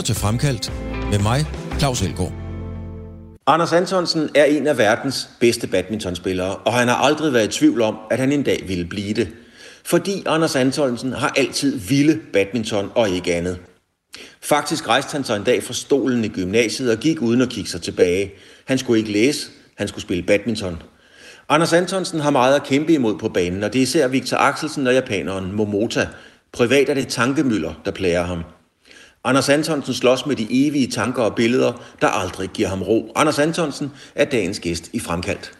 til Fremkaldt med mig, Claus Elgaard. Anders Antonsen er en af verdens bedste badmintonspillere, og han har aldrig været i tvivl om, at han en dag ville blive det. Fordi Anders Antonsen har altid ville badminton og ikke andet. Faktisk rejste han sig en dag fra stolen i gymnasiet og gik uden at kigge sig tilbage. Han skulle ikke læse, han skulle spille badminton. Anders Antonsen har meget at kæmpe imod på banen, og det er især Victor Axelsen og japaneren Momota. Privat er det tankemøller, der plager ham. Anders Antonsen slås med de evige tanker og billeder, der aldrig giver ham ro. Anders Antonsen er dagens gæst i Fremkaldt.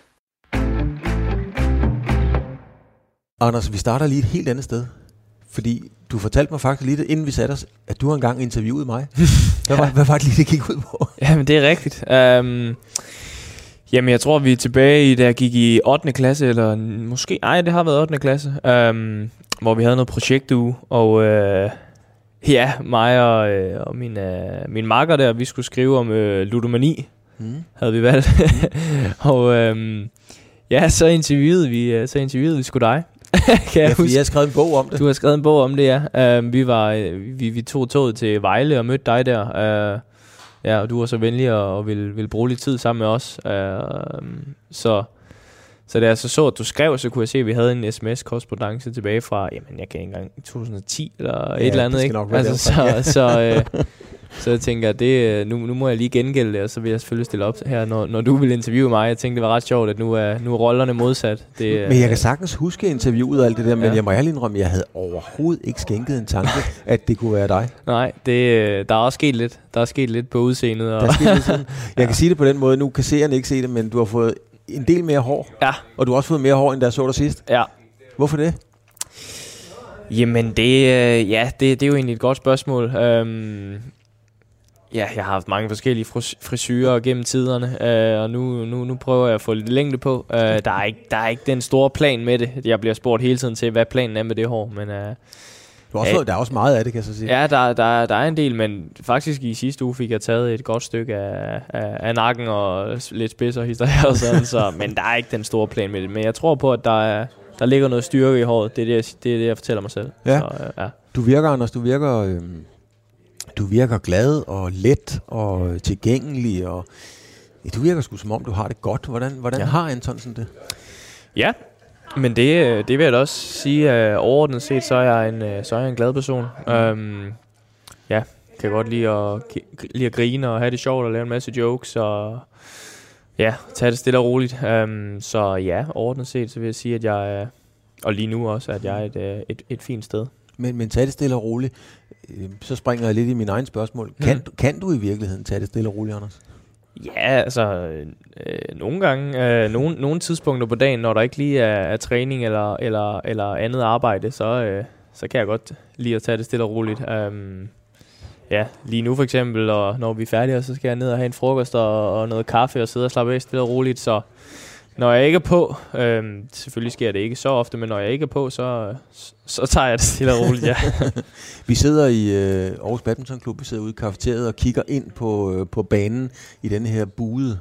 Anders, vi starter lige et helt andet sted. Fordi du fortalte mig faktisk lige, inden vi satte os, at du har engang interviewet mig. Hvad var det lige, det gik ud på? Jamen, det er rigtigt. Jamen, jeg tror, vi er tilbage i, da jeg gik i 8. klasse, eller måske, det har været 8. klasse, hvor vi havde noget projektuge, og ja, mig og min makker der, vi skulle skrive om ludomani, havde vi valgt. Og ja, så interviewede vi sgu dig. Ja, fordi jeg har skrevet en bog om det. Du har skrevet en bog om det, ja. Vi tog toget til Vejle og mødte dig der. Ja, og du var så venlig og ville bruge lidt tid sammen med os. Så da jeg så at du skrev, så kunne jeg se, at vi havde en sms-korrespondance tilbage fra, jamen jeg kan ikke engang 2010 eller et eller andet, ikke? Altså, så jeg tænker, nu må jeg lige gengælde det, og så vil jeg selvfølgelig stille op her, når du vil interviewe mig. Jeg tænkte, det var ret sjovt, at nu er rollerne modsat. Men jeg kan sagtens huske interviewet og alt det der, men jeg må ærligt indrømme, at jeg havde overhovedet ikke skænket en tanke, at det kunne være dig. Nej, der er også sket lidt. Der er sket lidt på udseendet. Og jeg kan sige det på den måde, nu kan seerne ikke se det, men du har fået en del mere hår. Ja. Og du har også fået mere hår, end da jeg så dig sidst. Ja. Hvorfor det? Jamen, det er jo egentlig et godt spørgsmål. Ja, jeg har haft mange forskellige frisyrer gennem tiderne, og nu prøver jeg at få lidt længde på. Der er ikke den store plan med det. Jeg bliver spurgt hele tiden til, hvad planen er med det hår, men der er også meget af det, kan jeg så sige. Ja, der er en del, men faktisk i sidste uge fik jeg taget et godt stykke af nakken og lidt spidser hister her og sådan, men der er ikke den store plan med det. Men jeg tror på, at der ligger noget styrke i håret. Det er det, jeg fortæller mig selv. Ja. Så, ja. Du virker, Anders, du virker glad og let og tilgængelig, og du virker sgu som om, du har det godt. Hvordan har Antonsen det? Ja, men det vil jeg da også sige, overordnet set, så er jeg en glad person. Ja, kan godt lide at grine og have det sjovt og lave en masse jokes, og ja, tage det stille og roligt. Så ja, overordnet set, så vil jeg sige, at jeg og lige nu også, at jeg er et fint sted. Men tag det stille og roligt. Så springer jeg lidt i min egen spørgsmål. Kan du i virkeligheden tage det stille og roligt, Anders? Ja, altså nogle gange, nogle tidspunkter på dagen, når der ikke lige er træning eller andet arbejde, så kan jeg godt lide at tage det stille og roligt. Ja, lige nu for eksempel, og når vi er færdige, så skal jeg ned og have en frokost og noget kaffe og sidde og slappe af stille og roligt, så når jeg ikke er på, selvfølgelig sker det ikke så ofte, men når jeg ikke er på, så tager jeg det stille og roligt, ja. Vi sidder i Aarhus Badminton Klub, vi sidder ude i kafeteriet og kigger ind på banen i denne her bude,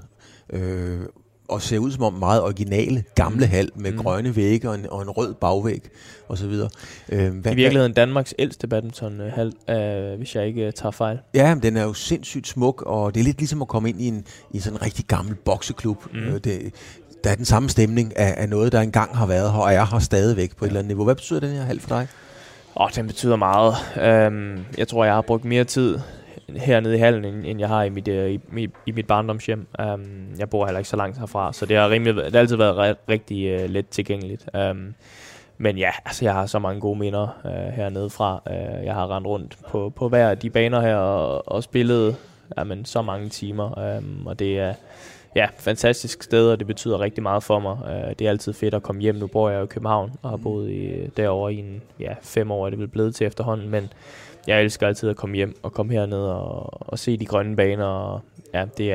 og ser ud som om meget originale, gamle hal med grønne vægge og en rød bagvæg osv. I virkeligheden Danmarks ældste badmintonhal, hvis jeg ikke tager fejl. Ja, men den er jo sindssygt smuk, og det er lidt ligesom at komme ind i sådan en rigtig gammel bokseklub. Der er den samme stemning af noget, der engang har været her, og er her stadigvæk på et eller andet niveau. Hvad betyder den her hal for dig? Den betyder meget. Jeg tror, jeg har brugt mere tid hernede i hallen, end jeg har i mit barndomshjem. Jeg bor heller ikke så langt herfra, så det har altid været rigtig let tilgængeligt. Men ja, altså jeg har så mange gode minder hernede fra. Jeg har rendt rundt på hver af de baner her og spillet så mange timer, og det er fantastisk sted, og det betyder rigtig meget for mig. Det er altid fedt at komme hjem. Nu bor jeg i København og har boet derovre i 5 år, er det vel blevet til efterhånden, men jeg elsker altid at komme hjem og komme herned og se de grønne baner. Og, ja, det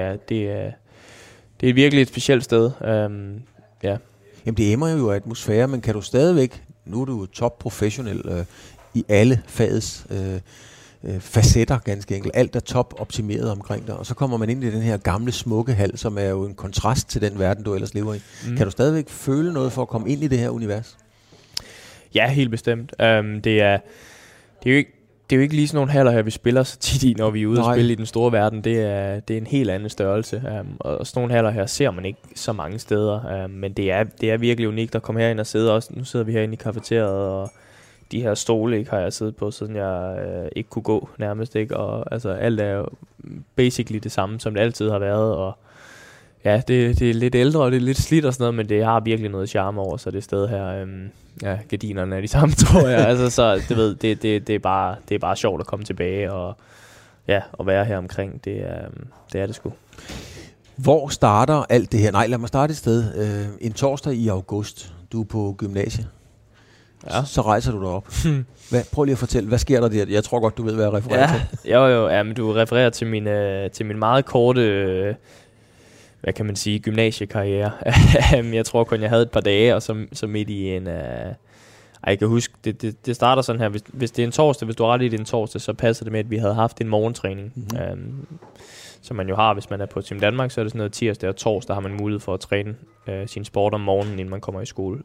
er virkelig et specielt sted. Ja. Jamen det emmer jo af atmosfære, men kan du stadigvæk, nu er du top professionel i alle fagets facetter ganske enkelt. Alt er top optimeret omkring dig, og så kommer man ind i den her gamle smukke hal, som er jo en kontrast til den verden, du ellers lever i. Kan du stadigvæk føle noget for at komme ind i det her univers? Ja, helt bestemt. Det er jo ikke det er jo ikke lige sådan nogle haller her, vi spiller så tit i, når vi er ude og spille i den store verden. Det er en helt anden størrelse. Og sådan nogle haller her ser man ikke så mange steder. Men det er virkelig unikt at komme herind og sidde også. Nu sidder vi herinde i cafeteriet, og de her stole ikke, har jeg siddet på, siden jeg ikke kunne gå nærmest. Ikke? Og altså, alt er jo basically det samme, som det altid har været. Og ja, det er lidt ældre, og det er lidt slidt og sådan noget, men det har virkelig noget charme over sig, det sted her. Ja, gardinerne er de samme, tror jeg. Altså, så det er bare sjovt at komme tilbage og ja, at være her omkring. Det er det sgu. Hvor starter alt det her? Nej, lad mig starte et sted. En torsdag i august. Du er på gymnasiet. Ja. Så rejser du dig op. Prøv lige at fortælle, hvad sker der der? Jeg tror godt, du ved, hvad jeg refererer til. Jo, men du refererer til min meget korte... hvad kan man sige, gymnasiekarriere. Jeg tror kun, jeg havde et par dage, og så midt i en... jeg kan huske, det starter sådan her. Hvis det er en torsdag, hvis du har ret i det en torsdag, så passer det med, at vi havde haft en morgentræning. Som man jo har, hvis man er på Team Danmark, så er det sådan noget tirsdag og torsdag, har man mulighed for at træne sin sport om morgenen, inden man kommer i skole.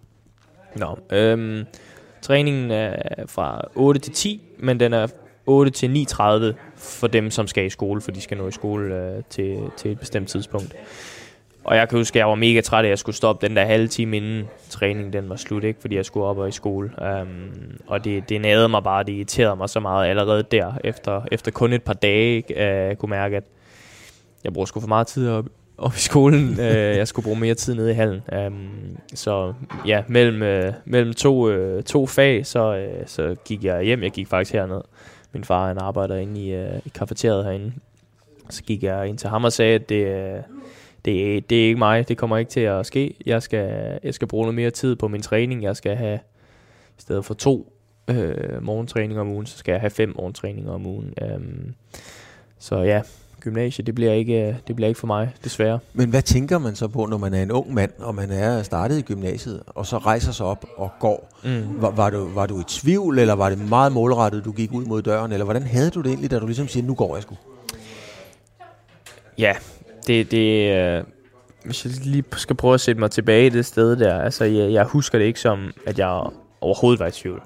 Træningen er fra 8 til 10, men den er 8 til 9:30 for dem, som skal i skole, for de skal nå i skole til et bestemt tidspunkt. Og jeg kan huske, at jeg var mega træt af, at jeg skulle stoppe den der halve time inden træningen den var slut, ikke, fordi jeg skulle op og i skole. Og det nagede mig bare, det irriterede mig så meget allerede der, efter kun et par dage, jeg kunne mærke, at jeg bruger sgu for meget tid op i skolen. Jeg skulle bruge mere tid nede i hallen. Så ja, mellem to fag, så gik jeg hjem. Jeg gik faktisk herned. Min far, han arbejder inde i cafeteriet herinde. Så gik jeg ind til ham og sagde, at det er ikke mig. Det kommer ikke til at ske. Jeg skal bruge noget mere tid på min træning. Jeg skal have, i stedet for 2 morgentræninger om ugen, så skal jeg have 5 morgentræninger om ugen. Så ja, gymnasiet, det bliver ikke for mig, desværre. Men hvad tænker man så på, når man er en ung mand, og man er startet i gymnasiet, og så rejser sig op og går? Var du i tvivl, eller var det meget målrettet, du gik ud mod døren, eller hvordan havde du det egentlig, da du ligesom siger, nu går jeg sgu? Ja, hvis jeg lige skal prøve at sætte mig tilbage i det sted der, altså jeg husker det ikke som, at jeg overhovedet var i tvivl.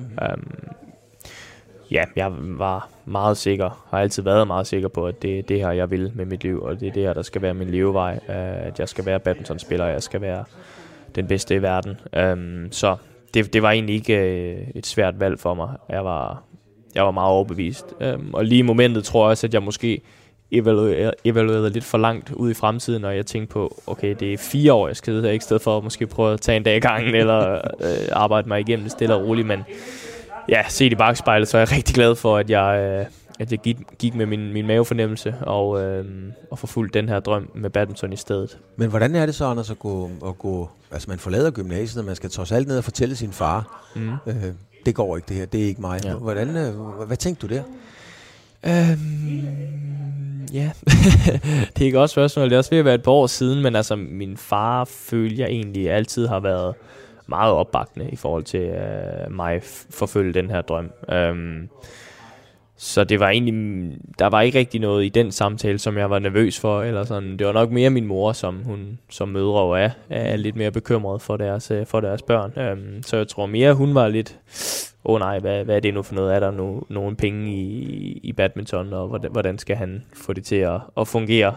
Ja, jeg var meget sikker, har altid været meget sikker på, at det er det her, jeg vil med mit liv, og det er det her, der skal være min levevej, at jeg skal være badmintonspiller, jeg skal være den bedste i verden. Så det var egentlig ikke et svært valg for mig. Jeg var meget overbevist. Og lige i momentet tror jeg også, at jeg måske evaluerede lidt for langt ud i fremtiden, og jeg tænkte på, okay, det er 4 år, jeg skal sidde her, ikke i stedet for at måske prøve at tage en dag i gangen, eller arbejde mig igennem det stille og roligt, men ja, set i bagspejlet, så er jeg rigtig glad for, at jeg gik med min mavefornemmelse og forfulgte den her drøm med badminton i stedet. Men hvordan er det så, Anders, at gå altså man forlader gymnasiet, og man skal trods alt ned og fortælle sin far, det går ikke det her, det er ikke mig. Ja. Hvad tænkte du der? Ja, det er ikke også spørgsmål. Det er også ved at være et par år siden, men altså min far følte jeg egentlig altid har været meget opbakkende i forhold til mig forfølge den her drøm. Så det var egentlig, der var ikke rigtig noget i den samtale, som jeg var nervøs for, eller sådan. Det var nok mere min mor, som hun som mødre jo er lidt mere bekymret for deres børn. Så jeg tror mere, hun var lidt, nej, hvad er det nu for noget? Er der nogle penge i badminton, og hvordan skal han få det til at fungere?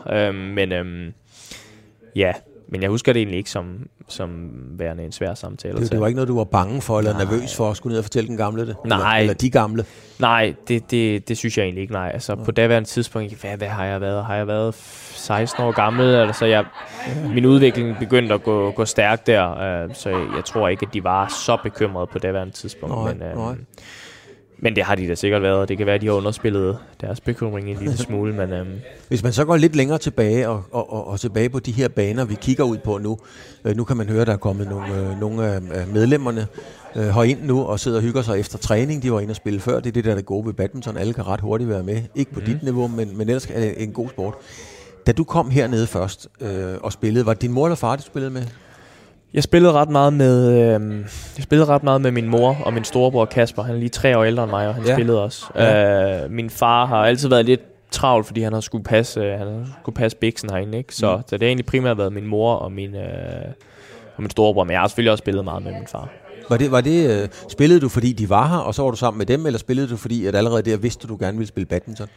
Ja, men jeg husker det egentlig ikke som værende en svær samtale. Det var ikke noget, du var bange for, eller nervøs for at skulle ned og fortælle den gamle det? Nej. Eller de gamle? Nej, det synes jeg egentlig ikke, nej. Altså på daværende tidspunkt, hvad har jeg været? Har jeg været 16 år gammel? Altså min udvikling begyndte at gå stærkt der, så jeg tror ikke, at de var så bekymrede på daværende tidspunkt. Men det har de da sikkert været. Det kan være, at de har underspillet deres bekymring en lille smule. Men, Hvis man så går lidt længere tilbage og tilbage på de her baner, vi kigger ud på nu. Nu kan man høre, at der er kommet nogle af medlemmerne herind nu og sidder og hygger sig efter træning. De var inde og spille før. Det er det, der er det gode ved badminton. Alle kan ret hurtigt være med. Ikke på dit niveau, men ellers er det en god sport. Da du kom hernede først og spillede, var det din mor eller far, du spillede med? Jeg spillede ret meget med min mor og min storebror Kasper. Han er lige 3 år ældre end mig, og han spillede også. Ja. Min far har altid været lidt travlt, fordi han har skulle passe biksen herinde, ikke? Så det har egentlig primært været min mor og min storebror, men jeg har selvfølgelig også spillet meget med min far. Var det spillede du, fordi de var her, og så var du sammen med dem, eller spillede du, fordi at allerede der vidste du gerne ville spille badminton?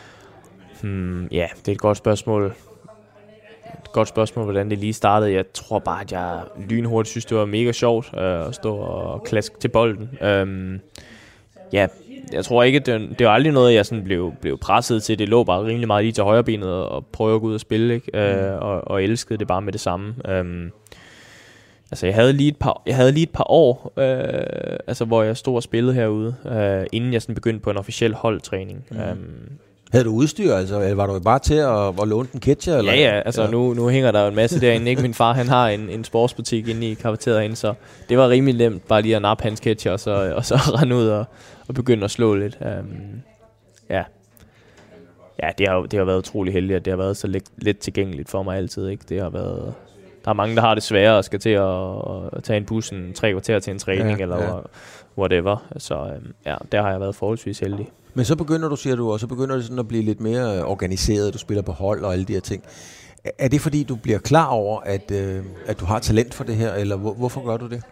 Ja, det er et godt spørgsmål. Hvordan det lige startede. Jeg tror bare, at jeg lynhurtigt synes, det var mega sjovt at stå og klaske til bolden. Ja, jeg tror ikke, det var aldrig noget, jeg sådan blev presset til. Det lå bare rimelig meget lige til højrebenet og prøve at gå ud og spille, ikke? Og elskede det bare med det samme. Altså, jeg havde lige et par år, hvor jeg stod og spillede herude, inden jeg sådan begyndte på en officiel holdtræning. Havde du udstyr, altså? Eller var du bare til at låne en catcher? Eller? Ja, altså nu hænger der jo en masse derinde, ikke? Min far, han har en sportsbutik inde i kafeteriet herinde, så det var rimelig nemt bare lige at nappe hans catcher, og så rende ud og begynde at slå lidt. Ja, det har været utrolig heldigt, at det har været så let tilgængeligt for mig altid, ikke? Det har været... Der er mange, der har det svære og skal til at tage en bus 3 kvarter til en træning, eller whatever. Så der har jeg været forholdsvis heldig. Men så begynder du, siger du, og så begynder det sådan at blive lidt mere organiseret. Du spiller på hold og alle de her ting. Er det fordi, du bliver klar over, at du har talent for det her, eller hvorfor gør du det?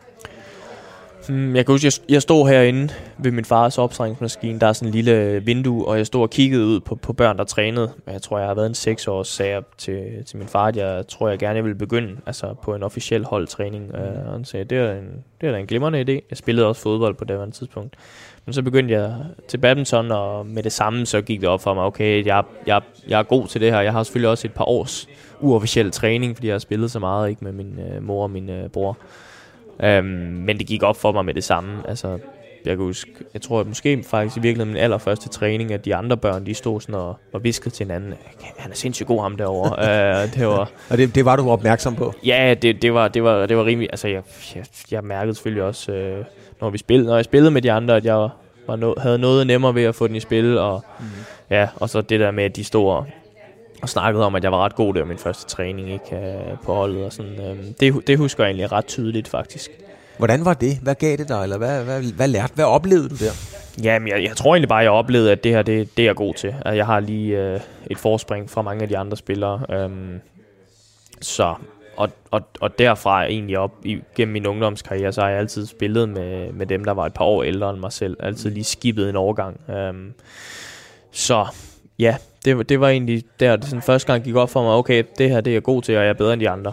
Jeg kan huske, jeg stod herinde ved min fars optræningsmaskine. Der er sådan en lille vindue, og jeg stod og kiggede ud på børn, der trænede. Jeg tror, jeg har været en 6 år, sagde jeg til min far, at jeg tror, jeg gerne ville begynde på en officiel holdtræning. Og han sagde, det er da en glimrende idé. Jeg spillede også fodbold på det tidspunkt. Men så begyndte jeg til badminton, og med det samme så gik det op for mig, okay, jeg er god til det her. Jeg har selvfølgelig også et par års uofficiel træning, fordi jeg har spillet så meget, ikke, med min mor og min bror. Men det gik op for mig med det samme. Altså, jeg kan huske, jeg tror at måske faktisk i virkeligheden min allerførste træning, at de andre børn, de stod sådan og viskede til hinanden, han er sindssygt god ham derovre. Og det var du opmærksom på? Ja, det var rimelig. Altså, jeg mærkede selvfølgelig også, når jeg spillede med de andre, at jeg havde noget nemmere ved at få den i spil, og og så det der med, at de stod og snakkede om, at jeg var ret god der min første træning, ikke, på holdet og sådan. Det husker jeg egentlig ret tydeligt, faktisk. Hvordan var det? Hvad gav det dig, eller hvad lærte? Hvad oplevede du der? Jamen, jeg tror egentlig bare, at jeg oplevede, at det her, det er jeg god til. Altså, jeg har lige et forspring fra mange af de andre spillere. Og derfra egentlig op gennem min ungdomskarriere, så har jeg altid spillet med dem, der var et par år ældre end mig selv. Altid lige skippet en overgang. Så ja, det var egentlig der, det sådan første gang gik op for mig, okay, det her det er jeg god til, og jeg er bedre end de andre.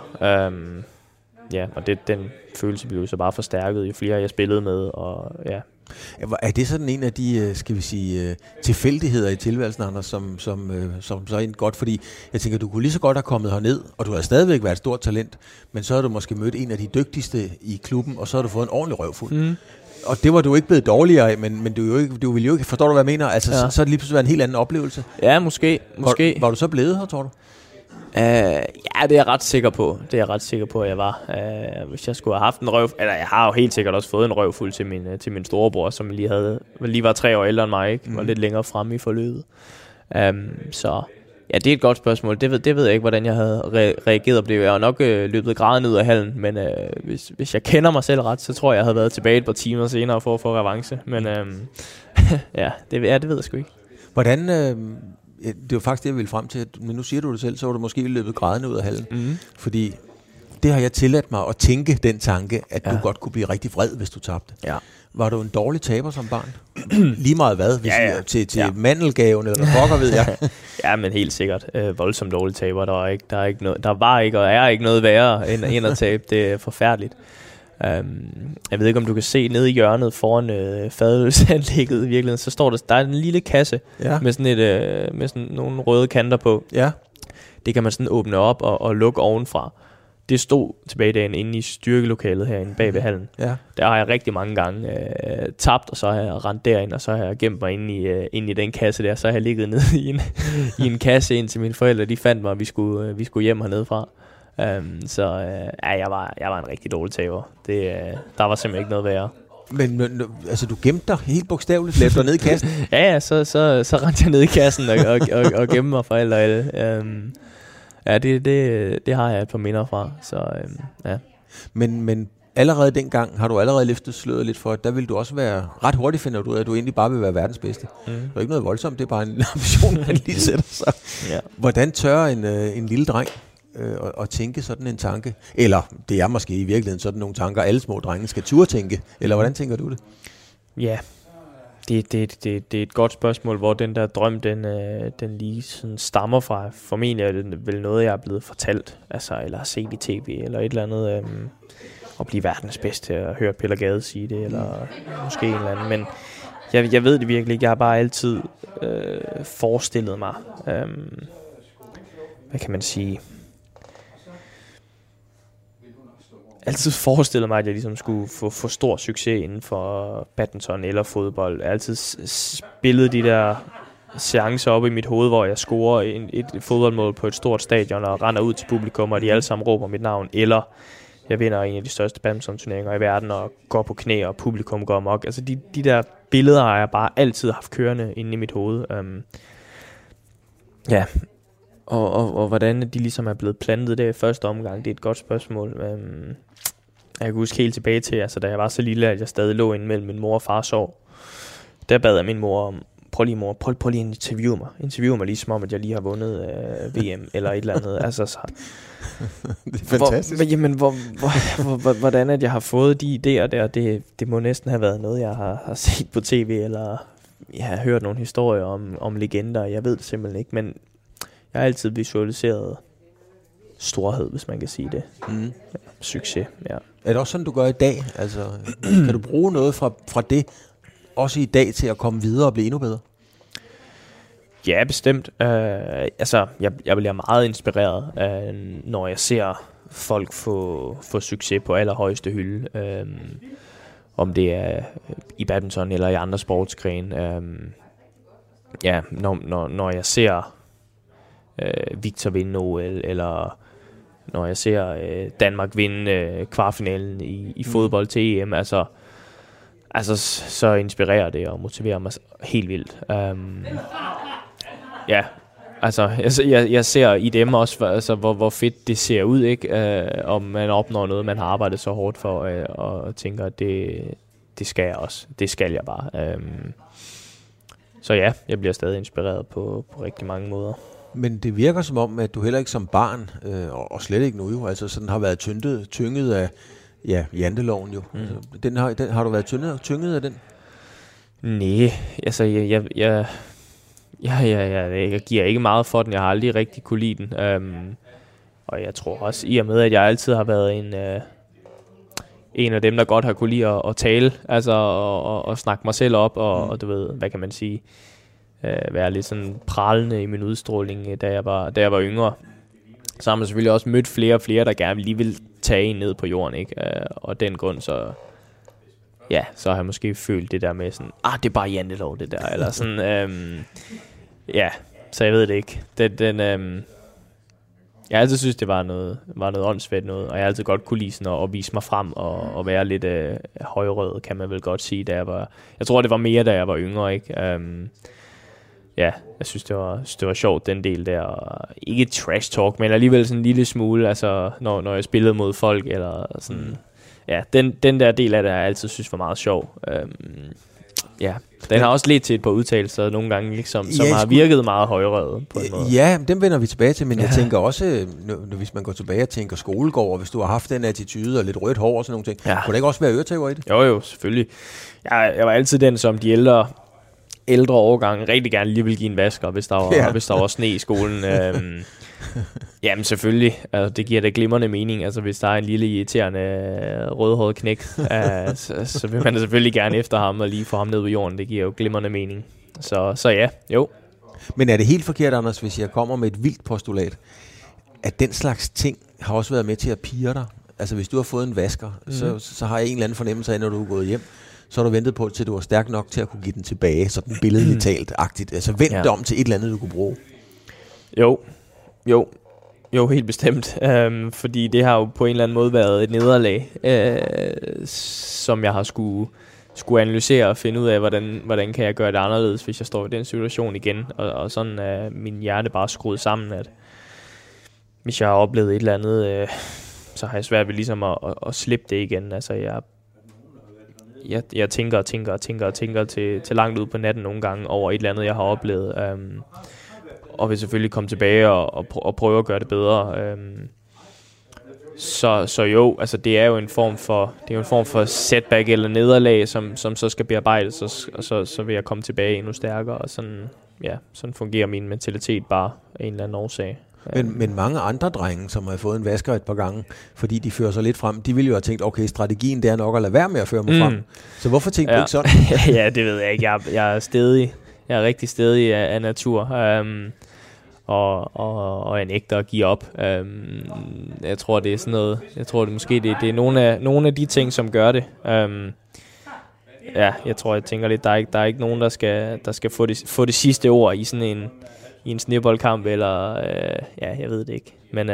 Og den følelse blev så bare forstærket, jo flere jeg spillede med, og ja. Er det sådan en af de, skal vi sige, tilfældigheder i tilværelsen, Anders, som så er godt, fordi jeg tænker, du kunne lige så godt have kommet herned, og du har stadigvæk været et stort talent, men så har du måske mødt en af de dygtigste i klubben, og så har du fået en ordentlig røvfuld. Og det var du ikke blevet dårligere af, men du ville jo ikke, forstår du hvad jeg mener? Altså, så er det lige pludselig en helt anden oplevelse. Ja, måske. Var du så blevet her, tror du? Ja, det er jeg ret sikker på. Det er jeg ret sikker på, at jeg var. Hvis jeg skulle have haft en eller jeg har jo helt sikkert også fået en røvfuld til min storebror, som lige var 3 år ældre end mig, ikke? Var lidt længere fremme i forløbet. Så ja, det er et godt spørgsmål. Det ved jeg ikke, hvordan jeg havde reageret på det. Jeg har nok løbet grædende ud af hallen, men hvis jeg kender mig selv ret, så tror jeg havde været tilbage et par timer senere for at få revanche. Men det ved jeg sgu ikke. Hvordan... det var faktisk det, jeg ville frem til. Men nu siger du det selv, så var du måske løbet grædende ud af hallen. Fordi det har jeg tilladt mig at tænke den tanke, at du godt kunne blive rigtig vred, hvis du tabte. Ja. Var du en dårlig taber som barn? Lige meget hvad? Til mandelgaven eller pokker, ved jeg. Ja, men helt sikkert. Voldsomt dårlig taber. Der var ikke og er ikke noget værre end at tabe. Det er forfærdeligt. Jeg ved ikke, om du kan se nede i hjørnet foran fadølsanlægget i virkeligheden, så står der er en lille kasse med sådan nogle røde kanter på. Ja. Det kan man sådan åbne op og lukke ovenfra. Det stod tilbage i dagen inde i styrkelokalet herinde bag ved hallen. Ja. Der har jeg rigtig mange gange tabt, og så har jeg rendt derind, og så har jeg gemt mig inde i den kasse der. Så har jeg ligget nede i en kasse, indtil mine forældre de fandt mig, og vi skulle hjem hernede fra. Jeg var en rigtig dårlig taber. Der var simpelthen ikke noget værre. Men altså, du gemte dig helt bogstaveligt, lagde dig ned i kassen? Ja, så rendte jeg ned i kassen og gemte mig fra alt og alle. Det har jeg et par minder fra. Så, ja. Men allerede dengang har du allerede løftet sløret lidt for, at der vil du også være ret hurtigt, finder du ud af, at du egentlig bare vil være verdens bedste. Det er ikke noget voldsomt, det er bare en ambition, man lige sætter sig. Ja. Hvordan tør en lille dreng at tænke sådan en tanke? Eller det er måske i virkeligheden sådan nogle tanker, alle små drenge skal turde tænke. Eller hvordan tænker du det? Ja, det er et godt spørgsmål, hvor den der drøm, den lige sådan stammer fra. Formentlig er det vel noget, jeg er blevet fortalt, altså, eller har set i tv, eller et eller andet, at blive verdens bedste, at høre Peter Gade sige det, eller måske en eller anden. Men jeg ved det virkelig ikke. Jeg har bare altid forestillet mig, hvad kan man sige, altid forestillet mig, at jeg ligesom skulle få stor succes inden for badminton eller fodbold. Jeg har altid spillet de der seancer op i mit hoved, hvor jeg scorer et fodboldmål på et stort stadion og render ud til publikum, og de alle sammen råber mit navn, eller jeg vinder en af de største badminton-turneringer i verden og går på knæ, og publikum går amok. Altså de der billeder har jeg bare altid haft kørende inde i mit hoved. Ja, og hvordan de ligesom er blevet plantet der i første omgang, det er et godt spørgsmål. Jeg kan huske helt tilbage til, altså da jeg var så lille, at jeg stadig lå inde mellem min mor og fars år. Der bad jeg min mor om, prøv lige at interviewe mig lige som om, at jeg lige har vundet VM eller et eller andet. Altså, så, det er fantastisk. Hvordan at jeg har fået de idéer der, det må næsten have været noget, jeg har set på tv, eller jeg har hørt nogle historier om legender. Jeg ved det simpelthen ikke, men jeg har altid visualiseret storhed, hvis man kan sige det. Ja, succes, ja. Er det også sådan, du gør i dag? Altså, kan du bruge noget fra det, også i dag, til at komme videre og blive endnu bedre? Ja, bestemt. Altså, jeg bliver meget inspireret, når jeg ser folk få succes på allerhøjeste hylde. Om det er i badminton eller i andre sportsgrene. Ja, når jeg ser Victor vinde OL, eller når jeg ser Danmark vinde kvartfinalen i fodbold til EM, altså så inspirerer det og motiverer mig helt vildt. Ja, altså jeg ser i dem også, altså, hvor fedt det ser ud, ikke? Om man opnår noget, man har arbejdet så hårdt for, og tænker, at det skal jeg også. Det skal jeg bare. Så ja, jeg bliver stadig inspireret på rigtig mange måder. Men det virker som om, at du heller ikke som barn, og slet ikke nu jo, altså sådan har været tynget af janteloven jo. Altså, har du været tynget af den? Nej, altså jeg giver ikke meget for den. Jeg har aldrig rigtig kunne lide den. Og jeg tror også, i og med, at jeg altid har været en af dem, der godt har kunne lide at tale, altså og snakke mig selv op, og du ved, hvad kan man sige, være lidt sådan pralende i min udstråling, da jeg var yngre. Så har man selvfølgelig også mødt flere og flere, der gerne lige vil tage en ned på jorden, ikke? Og den grund, så har jeg måske følt det der med sådan, det er bare jantelov, det der, eller sådan, så jeg ved det ikke. Jeg altid synes, det var noget åndssvagt noget, og jeg altid godt kunne lide sådan at vise mig frem og være lidt højrød, kan man vel godt sige, da jeg var. Jeg tror, det var mere, da jeg var yngre, ikke? Jeg synes, det var sjovt, den del der. Og ikke trash talk, men alligevel sådan en lille smule, altså når jeg spillede mod folk, eller sådan. Ja, den der del af det, jeg altid synes var meget sjov. Den har også ledt til et par udtalelser nogle gange, liksom, som har virket meget højrøde på en måde. Ja, dem vender vi tilbage til, men jeg tænker også, hvis man går tilbage og tænker skolegård, hvis du har haft den attitude og lidt rødt hår og sådan nogle ting, kunne det ikke også være øretæver i det? Jo, selvfølgelig. Jeg var altid den, som de ældre årgange rigtig gerne lige ville give en vasker, hvis der var sne i skolen. Jamen selvfølgelig, altså, det giver da glimrende mening. Altså hvis der er en lille irriterende rødhåret knæk, så vil man da selvfølgelig gerne efter ham og lige få ham ned på jorden. Det giver jo glimrende mening. Så ja, jo. Men er det helt forkert, Anders, hvis jeg kommer med et vildt postulat, at den slags ting har også været med til at pirre dig? Altså hvis du har fået en vasker, så har jeg en eller anden fornemmelse af, når du er gået hjem, så har du ventet på, til du var stærk nok til at kunne give den tilbage, sådan billedligt talt-agtigt. Altså vend det om til et eller andet, du kunne bruge. Jo, helt bestemt. Fordi det har jo på en eller anden måde været et nederlag, som jeg har skulle analysere og finde ud af, hvordan kan jeg gøre det anderledes, hvis jeg står i den situation igen. Og sådan er min hjerte bare skruet sammen, at hvis jeg har oplevet et eller andet, så har jeg svært ved ligesom at slippe det igen. Altså jeg tænker til langt ud på natten nogle gange over et eller andet, jeg har oplevet. og vil selvfølgelig komme tilbage og prøve at gøre det bedre. Så jo, altså det er jo en form for setback eller nederlag, som så skal bearbejdes, og så vil jeg komme tilbage endnu stærkere, og sådan fungerer min mentalitet bare af en eller anden årsag. Men mange andre drenge, som har fået en vasker et par gange, fordi de fører sig lidt frem, de ville jo have tænkt, okay, strategien det er nok at lade være med at føre mig frem. Så hvorfor tænkte du ikke sådan? Ja, det ved jeg ikke. Jeg er stedig. Jeg er rigtig stedig af natur. Og en ægter at give op. Jeg tror, det er sådan noget. Jeg tror, det måske det er nogle af de ting, som gør det. Jeg tænker lidt, der er ikke nogen, der skal få det sidste ord i sådan en sneboldkamp, eller jeg ved det ikke. Men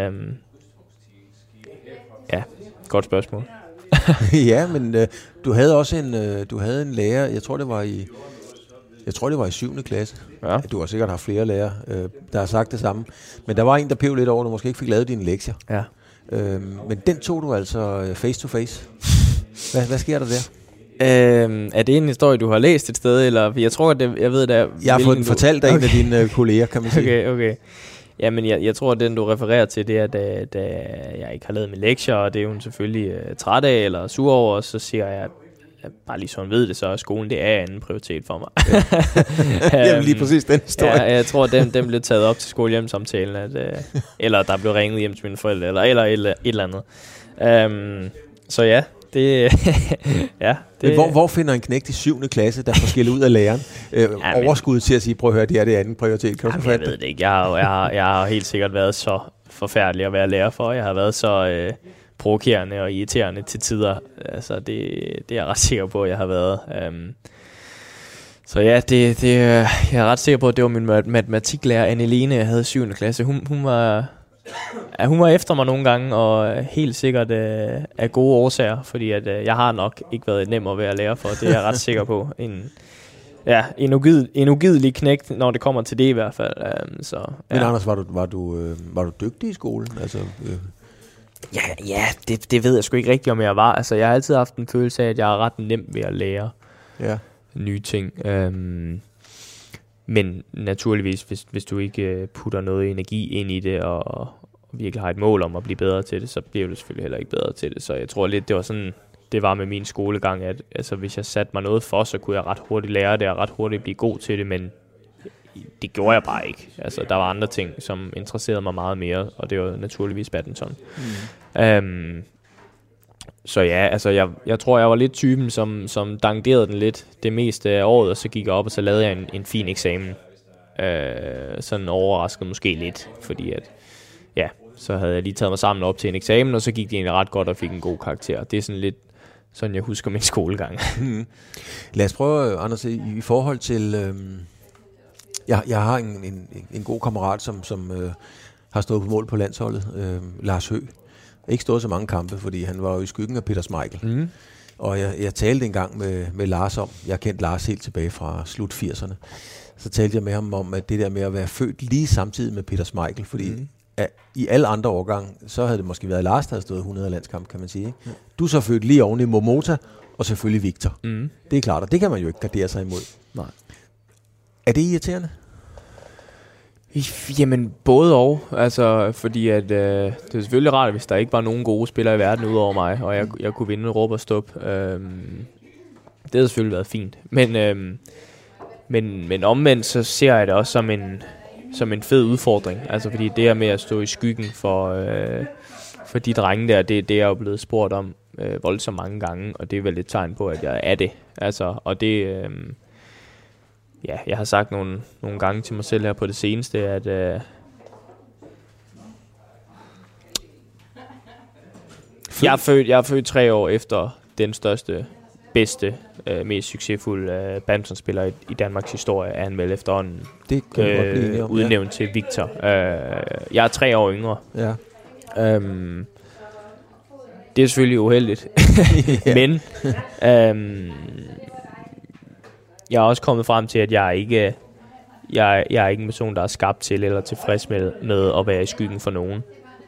godt spørgsmål. Ja, men du havde også en lærer, jeg tror det var i 7. klasse. Ja. Du har sikkert haft flere lærere, der har sagt det samme. Men der var en, der pev lidt over, du måske ikke fik lavet dine lektier. Ja. Men den tog du altså face to face. Hvad sker der der? Er det en historie, du har læst et sted, eller jeg tror, jeg ved det. Jeg har fået den fortalt af en af dine kolleger, kan man sige. Okay. Jamen, jeg tror, at den, du refererer til, det er, da jeg ikke har lavet mine lektier, og det er hun selvfølgelig træt af eller sur over, så siger jeg, bare lige så hun ved det, så er skolen, det er anden prioritet for mig. Jamen, lige præcis den historie. Ja, jeg tror, den blev taget op til skolehjemsamtalen, eller der blev ringet hjem til mine forældre, eller et eller andet. Så ja, det... Men hvor finder en knægt i 7. klasse, der får skældet ud af læreren, overskud til at sige, prøv at høre, det er det anden prioritet? Kan du jeg ved det ikke. Jeg har helt sikkert været så forfærdelig at være lærer for. Jeg har været så provokerende og irriterende til tider. Altså, det er jeg ret sikker på, at jeg har været. Så ja, jeg er ret sikker på, at det var min matematiklærer, Anneline, jeg havde i 7. klasse. Hun var efter mig nogle gange, og helt sikkert af gode årsager, fordi at, jeg har nok ikke været nem at være lærer for, det er jeg ret sikker på. En ugidelig knægt, når det kommer til det i hvert fald. Men Anders, var du dygtig i skolen? Altså, Ja, det ved jeg sgu ikke rigtigt, om jeg var. Altså, jeg har altid haft en følelse af, at jeg er ret nem ved at lære nye ting. Men naturligvis, hvis du ikke putter noget energi ind i det, og virkelig har et mål om at blive bedre til det, så bliver du selvfølgelig heller ikke bedre til det. Så jeg tror lidt, det var sådan, det var med min skolegang, at altså, hvis jeg satte mig noget for, så kunne jeg ret hurtigt lære det, og ret hurtigt blive god til det, men det gjorde jeg bare ikke. Altså, der var andre ting, som interesserede mig meget mere, og det var naturligvis badminton. Så ja, altså jeg tror, jeg var lidt typen, som dangerede den lidt det meste af året, og så gik jeg op, og så lavede jeg en fin eksamen. Sådan overraskede måske lidt, fordi at, så havde jeg lige taget mig sammen op til en eksamen, og så gik det egentlig ret godt og fik en god karakter. Det er sådan lidt sådan, jeg husker min skolegang. Lad os prøve, Anders, i forhold til... Jeg har en god kammerat, som har stået på mål på landsholdet, Lars Høgh. Ikke stået så mange kampe, fordi han var jo i skyggen af Peter Schmeichel. Og jeg talte engang med Lars om, jeg kendte Lars helt tilbage fra slut 80'erne, så talte jeg med ham om, at det der med at være født lige samtidig med Peter Schmeichel, fordi i alle andre årgange, så havde det måske været Lars, der havde stået 100 landskamp, kan man sige. Ikke? Du er så født lige oven i Momota, og selvfølgelig Victor. Det er klart, og det kan man jo ikke gardere sig imod. Nej. Er det irriterende? Jamen, både og. Altså, fordi at, det er selvfølgelig rart, hvis der ikke var nogen gode spillere i verden udover mig, og jeg kunne vinde råb og stop. Det havde selvfølgelig været fint. Men omvendt, så ser jeg det også som en fed udfordring. Altså, fordi det her med at stå i skyggen for de drenge der, det er jeg jo blevet spurgt om voldsomt mange gange, og det er vel et tegn på, at jeg er det. Altså, og det... jeg har sagt nogle gange til mig selv her på det seneste, at jeg er født 3 år efter den største, bedste, mest succesfulde badmintonspiller i Danmarks historie, er han vel efterhånden udnævnt til Victor. Jeg er 3 år yngre. Ja. Det er selvfølgelig uheldigt, men jeg er også kommet frem til, at jeg er ikke en person, der er skabt til eller tilfreds med at være i skyggen for nogen.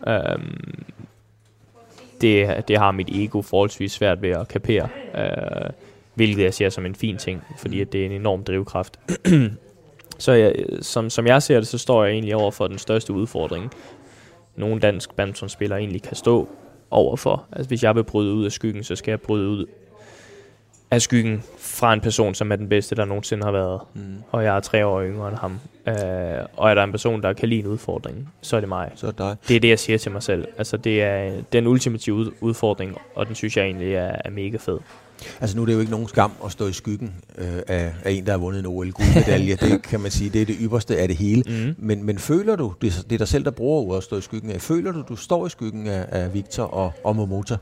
Det har mit ego forholdsvis svært ved at kapere, hvilket jeg ser som en fin ting, fordi at det er en enorm drivkraft. Så som jeg ser det, så står jeg egentlig over for den største udfordring, nogen dansk badmintonspiller egentlig kan stå overfor. Altså hvis jeg vil bryde ud af skyggen, så skal jeg bryde ud af skyggen fra en person, som er den bedste, der nogensinde har været. Og jeg er 3 år yngre end ham. Og er der en person, der kan lide en udfordring, så er det mig. Så er dig. Det er det, jeg siger til mig selv. Altså det er den ultimative udfordring, og den synes jeg egentlig er mega fed. Altså nu er det jo ikke nogen skam at stå i skyggen af en, der har vundet en OL-guldmedalje. Det kan man sige, det er det ypperste af det hele. Men føler du, det er dig selv, der bruger ordet at stå i skyggen af, føler du står i skyggen af Victor og Momota?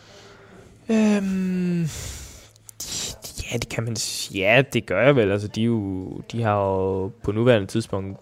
Ja, det kan man sige. Ja, det gør jeg vel. Altså, de har jo på nuværende tidspunkt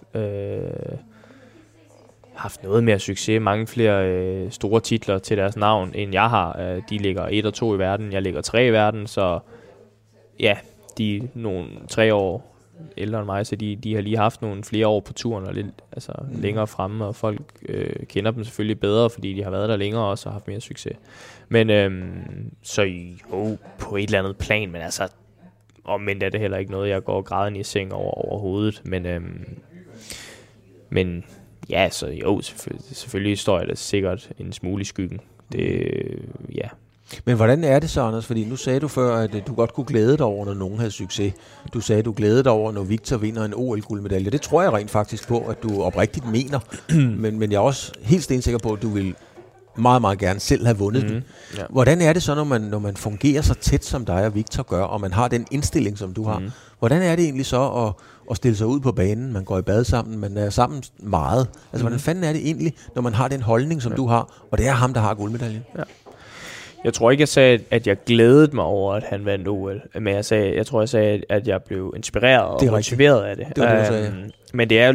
haft noget mere succes. Mange flere store titler til deres navn, end jeg har. De ligger 1 og 2 i verden. Jeg ligger 3 i verden, så ja, de er nogle 3 år ældre end mig, så de har lige haft nogle flere år på turen og lidt længere fremme, og folk kender dem selvfølgelig bedre, fordi de har været der længere også og haft mere succes. Men så jo, på et eller andet plan, men altså omvendt er det heller ikke noget, jeg går grædende i seng overhovedet. Men ja, så jo, selvfølgelig står jeg da sikkert en smule i skyggen. Det, ja. Men hvordan er det så, Anders? Fordi nu sagde du før, at du godt kunne glæde dig over, når nogen havde succes. Du sagde, at du glædede dig over, når Victor vinder en OL-guldmedalje. Det tror jeg rent faktisk på, at du oprigtigt mener. men jeg er også helt stensikker på, at du vil meget, meget gerne selv have vundet den. Ja. Hvordan er det så, når man fungerer så tæt, som dig og Victor gør, og man har den indstilling, som du har? Hvordan er det egentlig så at stille sig ud på banen? Man går i bad sammen, man er sammen meget. Altså, hvordan fanden er det egentlig, når man har den holdning, som du har, og det er ham, der har guldmedaljen? Ja. Jeg tror ikke, jeg sagde, at jeg glædede mig over, at han vandt OL. Men jeg sagde, at jeg blev inspireret og motiveret af det. Det var det, du sagde. Men det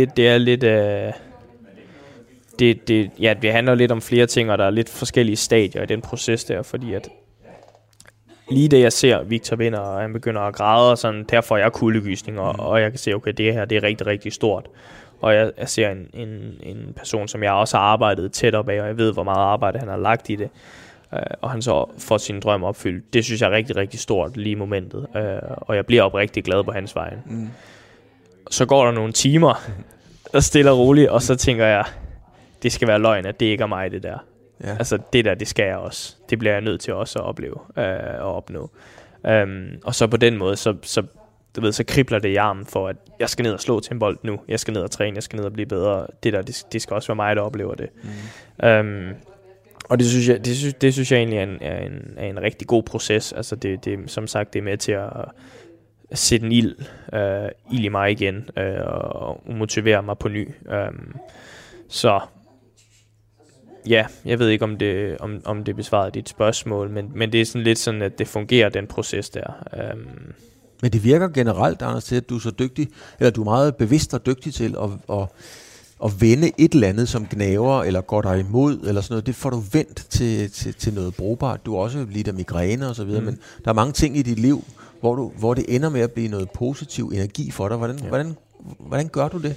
handler lidt om flere ting, og der er lidt forskellige stadier i den proces der, fordi at lige da jeg ser Victor vinder, og han begynder at græde, og sådan, der får jeg kuldegysning, og jeg kan se, okay, det her, det er rigtig, rigtig stort. Og jeg ser en person, som jeg også har arbejdet tæt op af, og jeg ved, hvor meget arbejde han har lagt i det. Og han så får sin drøm opfyldt. Det synes jeg er rigtig, rigtig stort lige i momentet. Og jeg bliver oprigtig glad på hans vegne. Så går der nogle timer, og stille og roligt, og så tænker jeg, det skal være løgn, at det ikke er mig, det der. Ja. Altså det der, det skal jeg også. Det bliver jeg nødt til også at opleve og opnå. Og så på den måde, så kribler det i armen for, at jeg skal ned og slå til en bold nu. Jeg skal ned og træne, jeg skal ned og blive bedre. Det der, det skal også være mig, der oplever det. Og det synes jeg egentlig er en rigtig god proces. Altså det som sagt, det er med til at sætte en ild i mig igen og motivere mig på ny. Så ja, jeg ved ikke, om det besvarede dit spørgsmål, men det er sådan lidt sådan, at det fungerer, den proces der. Men det virker generelt, Anders, til, at du er så dygtig, eller du er meget bevidst og dygtig til at vende et eller andet, som gnaver eller går dig imod, eller sådan noget. Det får du vendt til noget brugbart. Du har også lidt af migræne og så videre, men der er mange ting i dit liv, hvor det ender med at blive noget positiv energi for dig. Hvordan gør du det?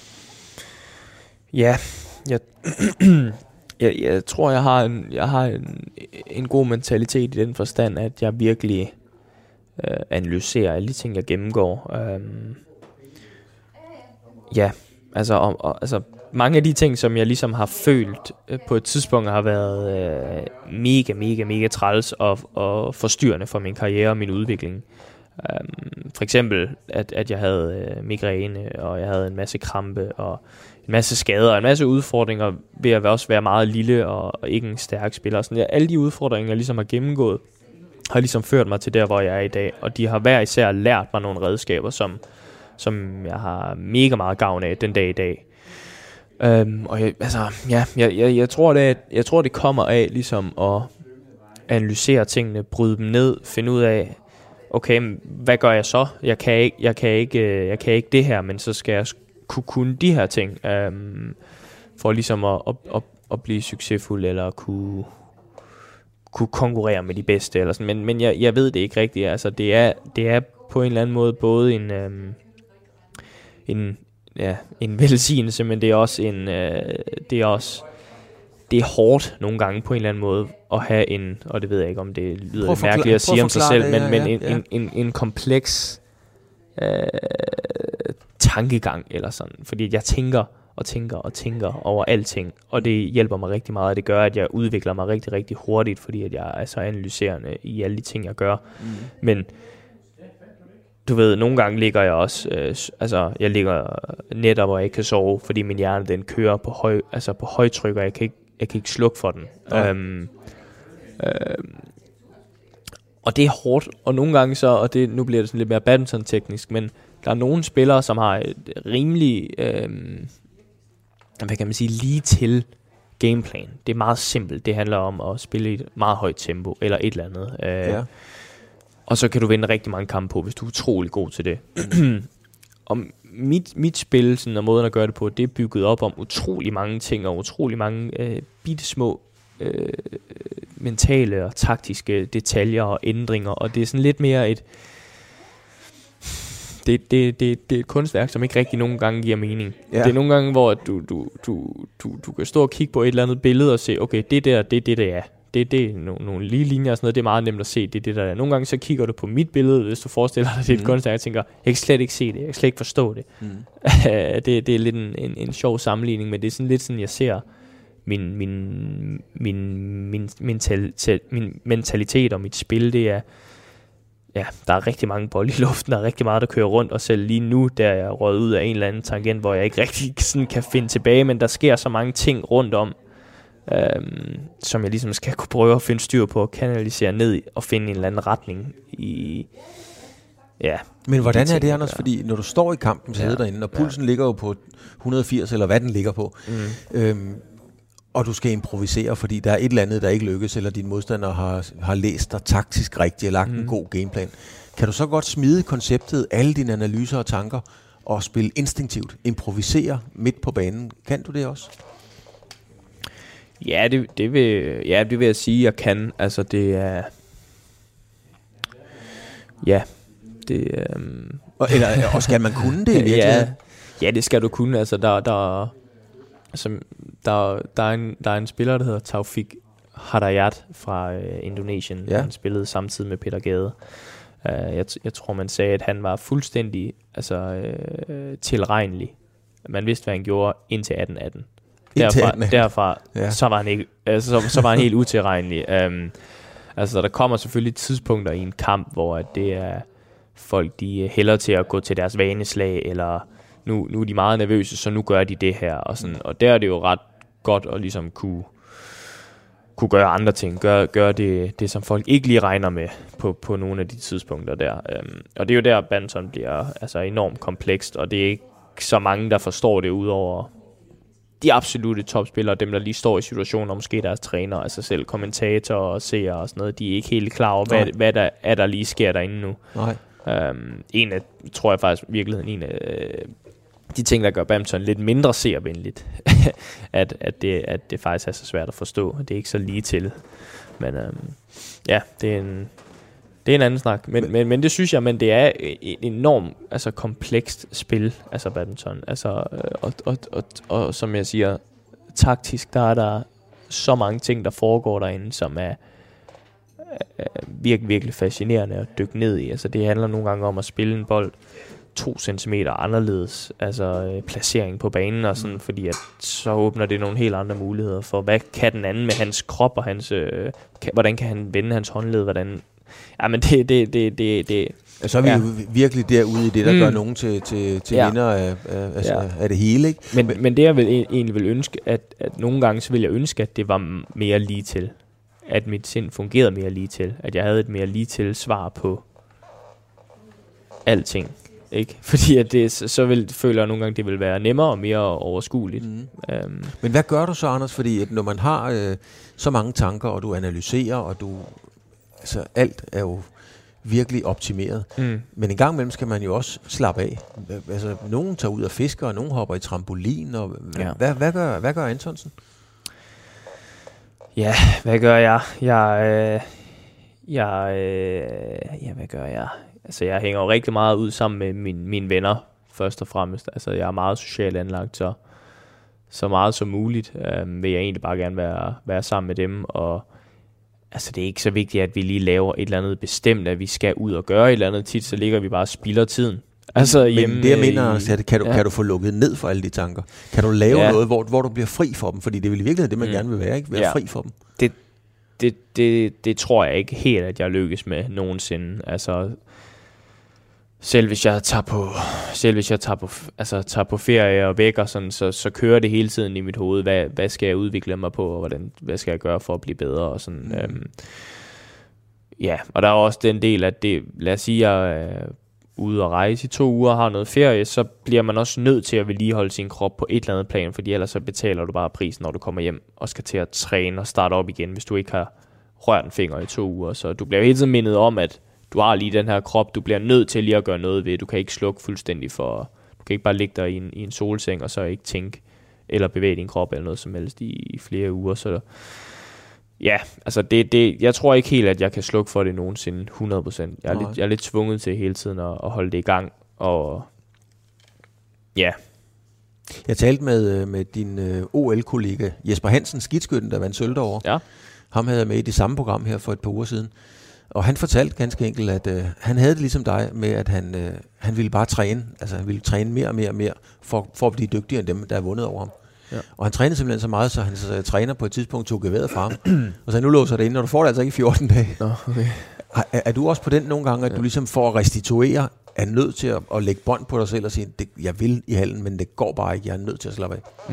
Ja, jeg tror, jeg har en god mentalitet i den forstand, at jeg virkelig analyserer alle de ting, jeg gennemgår. Altså mange af de ting, som jeg ligesom har følt på et tidspunkt, har været mega træls og forstyrrende for min karriere og min udvikling. For eksempel, at jeg havde migræne, og jeg havde en masse krampe, og en masse skader, og en masse udfordringer ved at også være meget lille og ikke en stærk spiller. Sådan, alle de udfordringer, jeg ligesom har gennemgået, har ligesom ført mig til der, hvor jeg er i dag. Og de har hver især lært mig nogle redskaber, som jeg har mega meget gavn af den dag i dag. Jeg tror det kommer af ligesom at analysere tingene, bryde dem ned, finde ud af, okay, hvad gør jeg så? Jeg kan ikke det her, men så skal jeg kunne de her ting, for ligesom at blive succesfuld, eller kunne konkurrere med de bedste, eller sådan. Men jeg ved det ikke rigtigt. Altså, det er på en eller anden måde både en velsignelse, men det er også det er hårdt nogle gange på en eller anden måde at have og det ved jeg ikke, om det lyder mærkeligt at sige om sig selv, men en kompleks tankegang eller sådan, fordi jeg tænker over alting, og det hjælper mig rigtig meget, og det gør, at jeg udvikler mig rigtig, rigtig hurtigt, fordi at jeg er så analyserende i alle de ting, jeg gør. Men du ved, nogle gange ligger jeg også, jeg ligger netop, hvor jeg ikke kan sove, fordi min hjerne, den kører på højtryk, og jeg kan ikke slukke for den. Og det er hårdt, og nogle gange så, og nu bliver det sådan lidt mere badminton-teknisk, men der er nogle spillere, som har et rimelig, hvad kan man sige, lige til gameplan. Det er meget simpelt. Det handler om at spille i et meget højt tempo, eller et eller andet. Og så kan du vinde rigtig mange kampe på, hvis du er utrolig god til det. Og mit spil, sådan, og måden at gøre det på, det er bygget op om utrolig mange ting, og utrolig mange bitte små mentale og taktiske detaljer og ændringer, og det er sådan lidt mere et det er et kunstværk, som ikke rigtig nogen gange giver mening. Ja. Det er nogle gange, hvor du kan stå og kigge på et eller andet billede og se, okay, det er det er. Det er nogle lige linjer og sådan noget, det er meget nemt at se, det er det, der er. Nogle gange så kigger du på mit billede, hvis du forestiller dig, det er et kunstværk, og tænker, jeg kan slet ikke se det, jeg kan slet ikke forstå det. Det er lidt en sjov sammenligning, men det er sådan lidt sådan, jeg ser min mentalitet og mit spil, det er, ja, der er rigtig mange bolde i luften, der er rigtig meget, der kører rundt, og selv lige nu, der er jeg røget ud af en eller anden tangent, hvor jeg ikke rigtig sådan kan finde tilbage, men der sker så mange ting rundt om, som jeg ligesom skal kunne prøve at finde styr på, og kanalisere ned og finde en eller anden retning i, ja. Men hvordan er det, Anders? Fordi når du står i kampen, så sidder derinde, og pulsen ligger jo på 180, eller hvad den ligger på, og du skal improvisere, fordi der er et eller andet, der ikke lykkes, eller din modstander har læst dig taktisk rigtigt og lagt en god gameplan. Kan du så godt smide konceptet, alle dine analyser og tanker, og spille instinktivt, improvisere midt på banen? Kan du det også? Ja, det vil jeg sige, jeg kan. Altså, det er... Ja, det er... Og skal man kunne det i virkeligheden? Ja, det skal du kunne. Altså, der er en spiller, der hedder Taufik Hadayat fra Indonesien. Ja. Han spillede samtidig med Peter Gade. Jeg tror, man sagde, at han var fuldstændig tilregnelig. Man vidste, hvad han gjorde indtil 1818. Derfra ja. Så var han ikke, så var han helt utilregnelig. Altså, der kommer selvfølgelig tidspunkter i en kamp, hvor det er folk, de hælder til at gå til deres vaneslag, eller nu er de meget nervøse, så nu gør de det her, og sådan. Og der er det jo ret godt at ligesom kunne gøre andre ting, gøre det, som folk ikke lige regner med på nogle af de tidspunkter der. Og det er jo der, badminton bliver altså enormt komplekst, og det er ikke så mange, der forstår det, udover de absolutte topspillere, dem der lige står i situationer, måske deres træner, altså selv kommentatorer og seere og sådan noget, de er ikke helt klar over, hvad der lige sker derinde nu. Nej. Tror jeg faktisk virkeligheden, en af de ting, der gør badminton lidt mindre seervenligt, at det faktisk er så svært at forstå, det er ikke så lige til. Men ja, det er en anden snak. Men det synes jeg, men det er et enormt komplekst spil, altså badminton. Altså, og som jeg siger, taktisk, der er der så mange ting, der foregår derinde, som er virkelig, virkelig fascinerende at dykke ned i. Altså, det handler nogle gange om at spille en bold 2 centimeter anderledes, altså placering på banen og sådan, fordi at så åbner det nogle helt andre muligheder for, hvad kan den anden med hans krop og hans, hvordan kan han vende hans håndled, hvordan. Ja, men det. Så er vi jo virkelig derude i det, der gør nogen til vinder af det hele, ikke? Men det jeg egentlig vil ønske, at nogle gange så vil jeg ønske, at det var mere lige til. At mit sind fungerede mere lige til. At jeg havde et mere lige til svar på alting. Ikke? Fordi at føler jeg nogle gange, det vil være nemmere og mere overskueligt. Men hvad gør du så, Anders? Fordi at når man har så mange tanker, og du analyserer, og du... Altså alt er jo virkelig optimeret. Men en gang imellem skal man jo også slappe af. Altså nogen tager ud og fisker, og nogen hopper i trampolin. Og hvad gør Antonsen? Ja, hvad gør jeg? Hvad gør jeg? Altså jeg hænger jo rigtig meget ud sammen med mine venner, først og fremmest. Altså jeg er meget socialt anlagt, så meget som muligt vil jeg egentlig bare gerne være sammen med dem, og altså det er ikke så vigtigt, at vi lige laver et eller andet bestemt, at vi skal ud og gøre et eller andet. Tit så ligger vi bare og spilder tiden. Altså, men det jeg mener, at kan du få lukket ned for alle de tanker? Kan du lave noget, hvor du bliver fri for dem? Fordi det er vel i virkeligheden det, man gerne vil være, ikke? Være fri for dem. Det tror jeg ikke helt, at jeg lykkes med nogensinde. Altså, selv hvis jeg tager på ferie og væk og sådan, så kører det hele tiden i mit hoved. Hvad skal jeg udvikle mig på, og hvad skal jeg gøre for at blive bedre og sådan. Og der er også den del, at det, lad os sige, jeg er ude og rejse i 2 uger og har noget ferie, så bliver man også nødt til at vedligeholde sin krop på et eller andet plan, fordi ellers så betaler du bare prisen, når du kommer hjem og skal til at træne og starte op igen, hvis du ikke har rørt en finger i 2 uger. Så du bliver hele tiden mindet om, at du har lige den her krop, du bliver nødt til lige at gøre noget ved. Du kan ikke slukke fuldstændig for, du kan ikke bare ligge der i en solseng og så ikke tænke eller bevæge din krop eller noget som helst i flere uger. Så ja, altså jeg tror ikke helt, at jeg kan slukke for det nogensinde 100%. Jeg er lidt tvunget til hele tiden at holde det i gang. Og ja. Jeg talte med din OL-kollega Jesper Hansen, skidtskytten, der vandt sølv derovre. Ja. Ham havde jeg med i det samme program her for et par uger siden. Og han fortalte ganske enkelt, at han havde det ligesom dig med, at han ville bare træne. Altså han ville træne mere og mere for at blive dygtigere end dem, der er vundet over ham. Ja. Og han trænede simpelthen så meget, så hans træner på et tidspunkt tog geværet fra ham. Og så nu låser det ind, og du får det altså ikke i 14 dage. Nå, okay. Er du også på den nogle gange, at du ligesom for at restituere, er nødt til at lægge bånd på dig selv og sige, jeg vil i hallen, men det går bare ikke, jeg er nødt til at slappe af?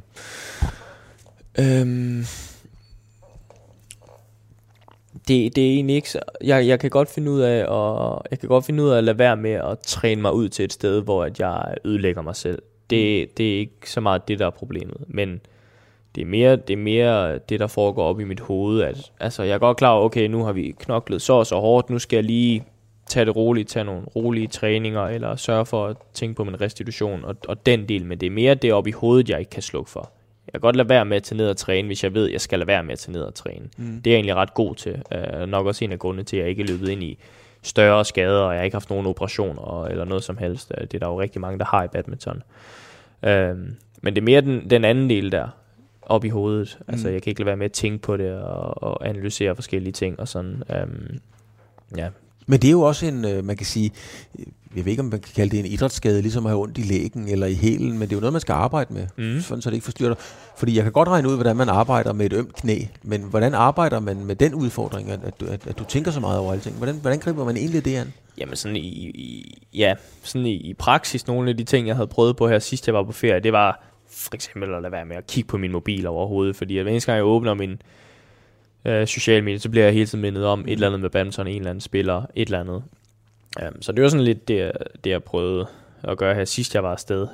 Det er egentlig ikke så. Jeg kan godt finde ud af at lade være med at træne mig ud til et sted, hvor at jeg ødelægger mig selv. Det er ikke så meget det, der er problemet, men det er mere det, der foregår op i mit hoved, at altså, jeg er godt klar over, okay, nu har vi knoklet så hårdt, nu skal jeg lige tage det roligt, tage nogle rolige træninger, eller sørge for at tænke på min restitution, og den del, men det er mere det op i hovedet, jeg ikke kan slukke for. Jeg kan godt lade være med at tage ned og træne, hvis jeg ved, at jeg skal lade være med at tage ned og træne. Det er jeg egentlig ret god til. Nok også en af grundene til, at jeg ikke er løbet ind i større skader, og jeg har ikke haft nogen operationer eller noget som helst. Det er der jo rigtig mange, der har i badminton. Men det er mere den anden del der, op i hovedet. Altså, jeg kan ikke lade være med at tænke på det og analysere forskellige ting og sådan. Ja. Men det er jo også en, man kan sige, jeg ved ikke, om man kan kalde det en idrætsskade, ligesom at have ondt i lægen eller i hælen, men det er jo noget, man skal arbejde med, sådan så det ikke forstyrrer dig. Fordi jeg kan godt regne ud, hvordan man arbejder med et ømt knæ, men hvordan arbejder man med den udfordring, at du tænker så meget over alting? Hvordan griber man egentlig det an? Jamen sådan i praksis, nogle af de ting, jeg havde prøvet på her sidst, jeg var på ferie, det var for eksempel at lade være med at kigge på min mobil overhovedet, fordi hver eneste gang jeg åbner min sociale medier, så bliver jeg hele tiden mindet om et eller andet med badminton, en eller anden spiller, et eller andet. Så det var sådan lidt det jeg prøvede at gøre her sidst jeg var afsted.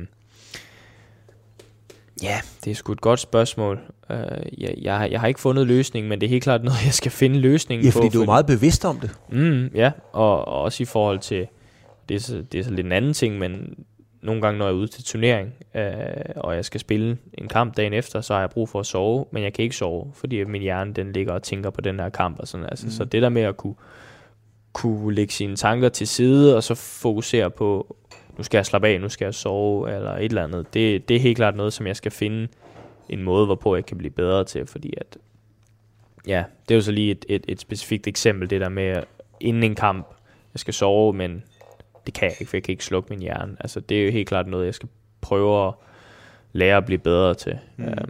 Det er sgu et godt spørgsmål. Jeg har ikke fundet løsningen, men det er helt klart noget, jeg skal finde løsningen på. Ja, fordi du er meget bevidst om det. Ja, og også i forhold til, det er så lidt en anden ting, men nogle gange, når jeg er ude til turnering, og jeg skal spille en kamp dagen efter, så har jeg brug for at sove, men jeg kan ikke sove, fordi min hjerne den ligger og tænker på den her kamp og sådan. Altså, så det der med at kunne lægge sine tanker til side, og så fokusere på, nu skal jeg slappe af, nu skal jeg sove, eller et eller andet. Det er helt klart noget, som jeg skal finde en måde, hvorpå jeg kan blive bedre til, fordi at, ja, det er jo så lige et specifikt eksempel, det der med, inden en kamp, jeg skal sove, men det kan jeg ikke, for jeg kan ikke slukke min hjerne. Altså, det er jo helt klart noget, jeg skal prøve at lære at blive bedre til.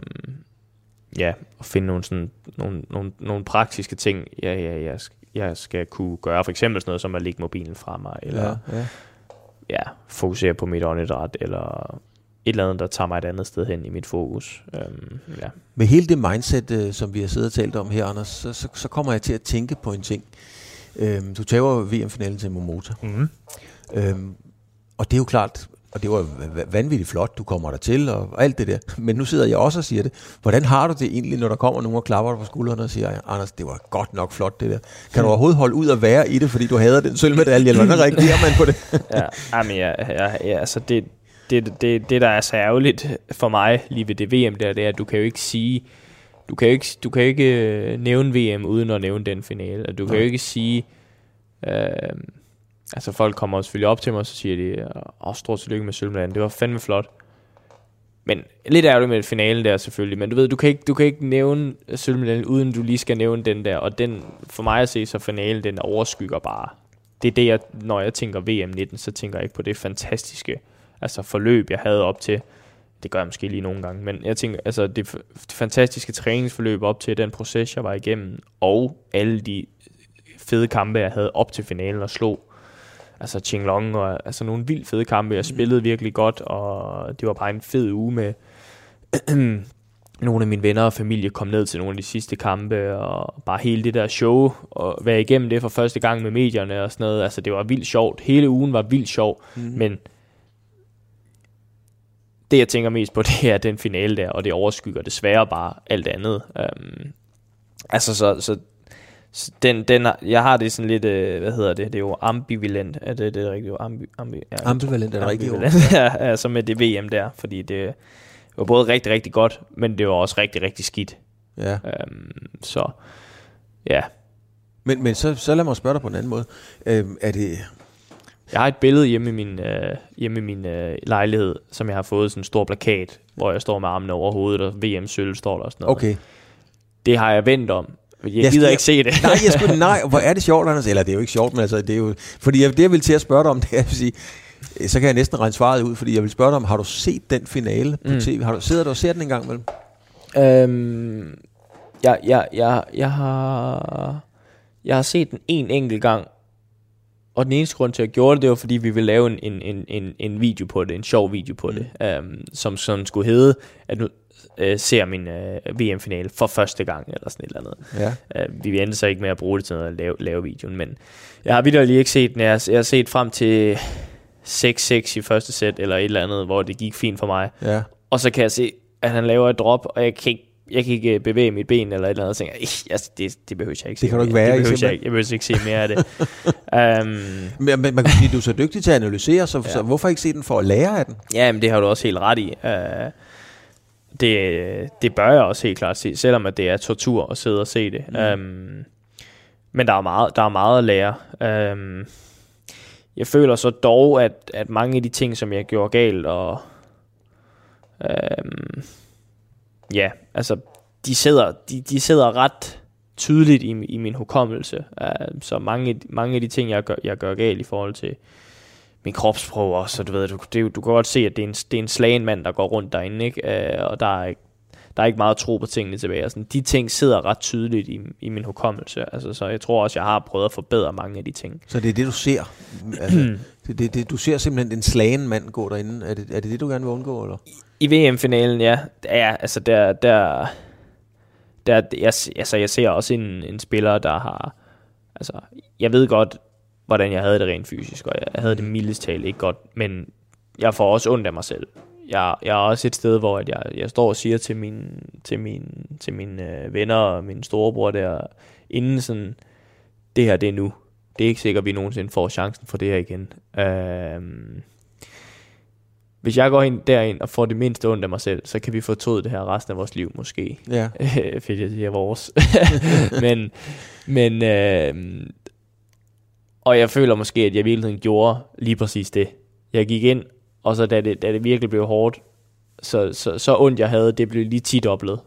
Og finde nogle praktiske ting, jeg skal kunne gøre. For eksempel sådan noget som at lægge mobilen fra mig, eller fokusere på mit åndedræt, eller et eller andet, der tager mig et andet sted hen i mit fokus. Med hele det mindset, som vi har siddet og talt om her, Anders, så kommer jeg til at tænke på en ting. Du tager VM-finalen til Momota. Og det er jo klart, og det var vanvittigt flot, du kommer der til og alt det der. Men nu sidder jeg også og siger det. Hvordan har du det egentlig, når der kommer nogen og klapper dig på skuldrene og siger, Anders, det var godt nok flot det der. Kan du overhovedet holde ud at være i det, fordi du hader den sølvmedalje, eller hvordan reagerer man på det? Altså det der er så ærgerligt for mig lige ved det VM der, det er, at du kan jo ikke sige, du kan ikke nævne VM uden at nævne den finale. Du kan jo ikke sige, altså folk kommer selvfølgelig op til mig, og så siger de, stort tillykke med sølvmedaljen, det var fandme flot. Men lidt ærgerligt med finalen der selvfølgelig, men du ved, du kan ikke nævne sølvmedaljen, uden du lige skal nævne den der, og den, for mig at se, så finalen, den overskygger bare det er det, når jeg tænker VM19, så tænker jeg ikke på det fantastiske forløb, jeg havde op til. Det gør jeg måske lige nogle gange, men jeg tænker, det fantastiske træningsforløb op til den proces, jeg var igennem, og alle de fede kampe, jeg havde op til finalen og slog. Qinglong og nogle vildt fede kampe. Jeg spillede virkelig godt, og det var bare en fed uge med nogle af mine venner og familie kom ned til nogle af de sidste kampe, og bare hele det der show, og være igennem det for første gang med medierne og sådan noget. Det var vildt sjovt. Hele ugen var vildt sjov, men det, jeg tænker mest på, det er den finale der, og det overskygger desværre bare alt andet. Jeg har det sådan lidt, det er jo ambivalent. Er det rigtigt? Ambivalent er det rigtigt. Ja, med det VM der, fordi det var både rigtig, rigtig godt, men det var også rigtig, rigtig skidt. Ja. Så, ja. Men så lad mig spørge dig på en anden måde. Er det... Jeg har et billede hjemme i min lejlighed, som jeg har fået sådan en stor plakat, hvor jeg står med armene over hovedet, og VM-sølv står der og sådan noget. Okay. Det har jeg vendt om. Jeg gider ikke se det. Nej, hvor er det sjovt, Anders? Eller det er jo ikke sjovt, men det er jo... Fordi det, jeg vil til at spørge dig om, det er at sige... Så kan jeg næsten regne svaret ud, fordi jeg vil spørge dig om, har du set den finale på tv? Sidder du og ser den en gang imellem? Jeg har set den en enkelt gang, og den eneste grund til, at jeg gjorde det var, fordi vi ville lave en video på det, en sjov video på det, som skulle hedde, at nu ser min VM-finale for første gang, eller sådan et eller andet. Ja. Vi endte så ikke med at bruge det til at lave videoen, men jeg har vitterligt ikke set den. Jeg har set frem til 6-6 i første sæt, eller et eller andet, hvor det gik fint for mig. Ja. Og så kan jeg se, at han laver et drop, og jeg kan ikke bevæge mit ben, eller et eller andet, og tænker, det behøver jeg ikke se. Det kan du ikke være i, jeg behøver ikke se mere af det. Men man kan sige, du er så dygtig til at analysere, så hvorfor ikke se den for at lære af den? Ja, men det har du også helt ret i. Det bør jeg også helt klart se, selvom at det er tortur at sidde og se det. Men der er meget at lære. Jeg føler så dog, at mange af de ting, som jeg gjorde galt, og de sidder ret tydeligt i min hukommelse. Så mange af de ting, jeg gør galt i forhold til min kropssprog også, du ved, du kan godt se, at det er en slagen mand, der går rundt derinde, ikke? Og der er ikke meget tro på tingene tilbage. Altså, de ting sidder ret tydeligt i min hukommelse. Så jeg tror også, jeg har prøvet at forbedre mange af de ting. Så det er det, du ser? Du ser simpelthen en slagen mand gå derinde. Er det, du gerne vil undgå, eller? I VM-finalen, ja. Jeg ser også en spiller, der har... jeg ved godt, hvordan jeg havde det rent fysisk, og jeg havde det mildest talt ikke godt, men jeg får også ondt af mig selv. Jeg er også et sted, hvor jeg står og siger til mine venner og min storebror der, inden sådan, det her, det er nu. Det er ikke sikkert, at vi nogensinde får chancen for det her igen. Hvis jeg går ind derind og får det mindste ondt af mig selv, så kan vi fortryde det her resten af vores liv, måske. Ja. Fordi det er vores. men og jeg føler måske, at jeg virkelig gjorde lige præcis det. Jeg gik ind, og så da det virkelig blev hårdt, så ondt jeg havde, det blev lige 10-doblet.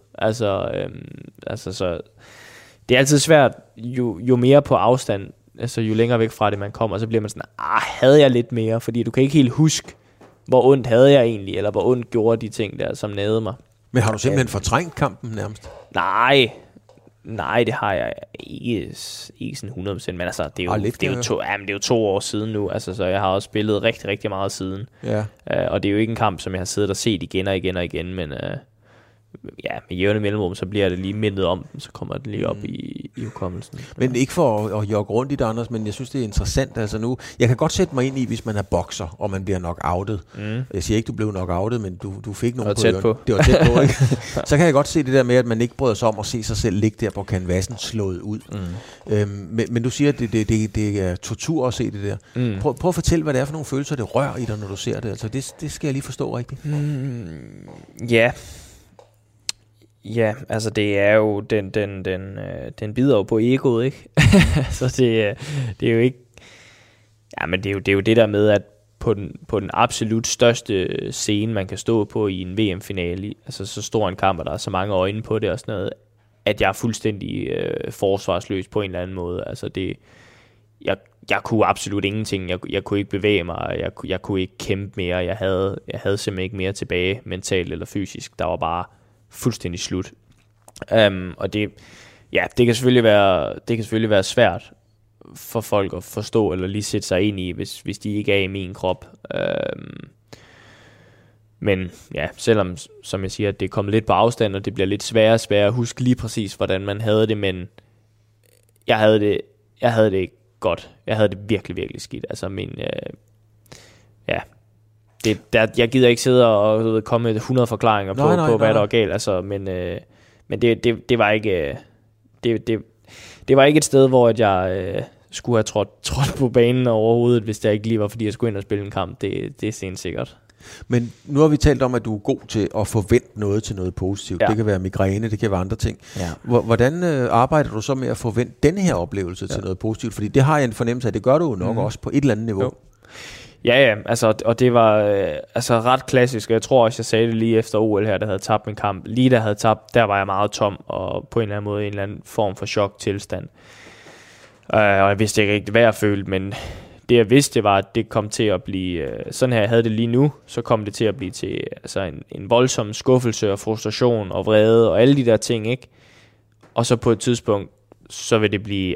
Så det er altid svært, jo mere på afstand, jo længere væk fra det man kommer, så bliver man sådan, havde jeg lidt mere, fordi du kan ikke helt huske, hvor ondt havde jeg egentlig, eller hvor ondt gjorde de ting der, som nagede mig. Men har du simpelthen fortrængt kampen nærmest? Nej, det har jeg ikke sådan 100%, men det er jo 2 år siden nu, så jeg har også spillet rigtig, rigtig meget siden. Ja. Og det er jo ikke en kamp, som jeg har siddet og set igen og igen og igen, men med jævne mellemrum, så bliver det lige mindet om, så kommer det lige op i hukommelsen. Men ikke for at jogge rundt i det, Anders, men jeg synes, det er interessant. Nu, jeg kan godt sætte mig ind i, hvis man er bokser, og man bliver knockoutet. Jeg siger ikke, du blev knockoutet, men du fik nogen på ørerne. Det var tæt på, ikke? Så kan jeg godt se det der med, at man ikke bryder sig om at se sig selv ligge der på kanvassen slået ud. Men du siger, at det er tortur at se det der. Prøv at fortælle, hvad det er for nogle følelser, det rører i dig, når du ser det. Det skal jeg lige forstå rigtigt. Ja. Ja, det er jo den bider jo på egoet, ikke? Så det er jo ikke. Ja, men det er jo det der med, at på den absolut største scene man kan stå på i en VM-finale, så stor en kamp, og der er så mange øjne på det og sådan noget, at jeg er fuldstændig forsvarsløs på en eller anden måde. jeg kunne absolut ingenting. Jeg kunne ikke bevæge mig, jeg kunne ikke kæmpe mere. Jeg havde simpelthen ikke mere tilbage, mentalt eller fysisk. Der var bare fuldstændig slut. Og det kan selvfølgelig være svært for folk at forstå, eller lige sætte sig ind i, hvis de ikke er i min krop. Men ja, selvom, som jeg siger, at det er kommet lidt på afstand, og det bliver lidt sværere og sværere at huske lige præcis, hvordan man havde det, men jeg havde det ikke godt. Jeg havde det virkelig, virkelig skidt. Altså jeg gider ikke sidde og komme med 100 forklaringer på hvad der var galt. Altså, men det var ikke det var ikke et sted, hvor jeg skulle have trådt på banen overhovedet, hvis det ikke lige var, fordi jeg skulle ind og spille en kamp. Det er sikkert. Men nu har vi talt om, at du er god til at forvente noget til noget positivt. Ja. Det kan være migræne, det kan være andre ting. Ja. Hvordan arbejder du så med at forvente denne her oplevelse til noget positivt? Fordi det har jeg en fornemmelse af, det gør du jo nok også på et eller andet niveau. Jo. Ja, altså, og det var ret klassisk, og jeg tror også, jeg sagde det lige efter OL her, der havde tabt min kamp. Lige da jeg havde tabt, der var jeg meget tom, og på en eller anden måde en eller anden form for chok-tilstand. Og jeg vidste ikke rigtig, hvad jeg følte, men det jeg vidste, det var, at det kom til at blive, sådan her jeg havde det lige nu, så kom det til at blive til en voldsom skuffelse og frustration og vrede og alle de der ting, ikke? Og så på et tidspunkt, så vil det blive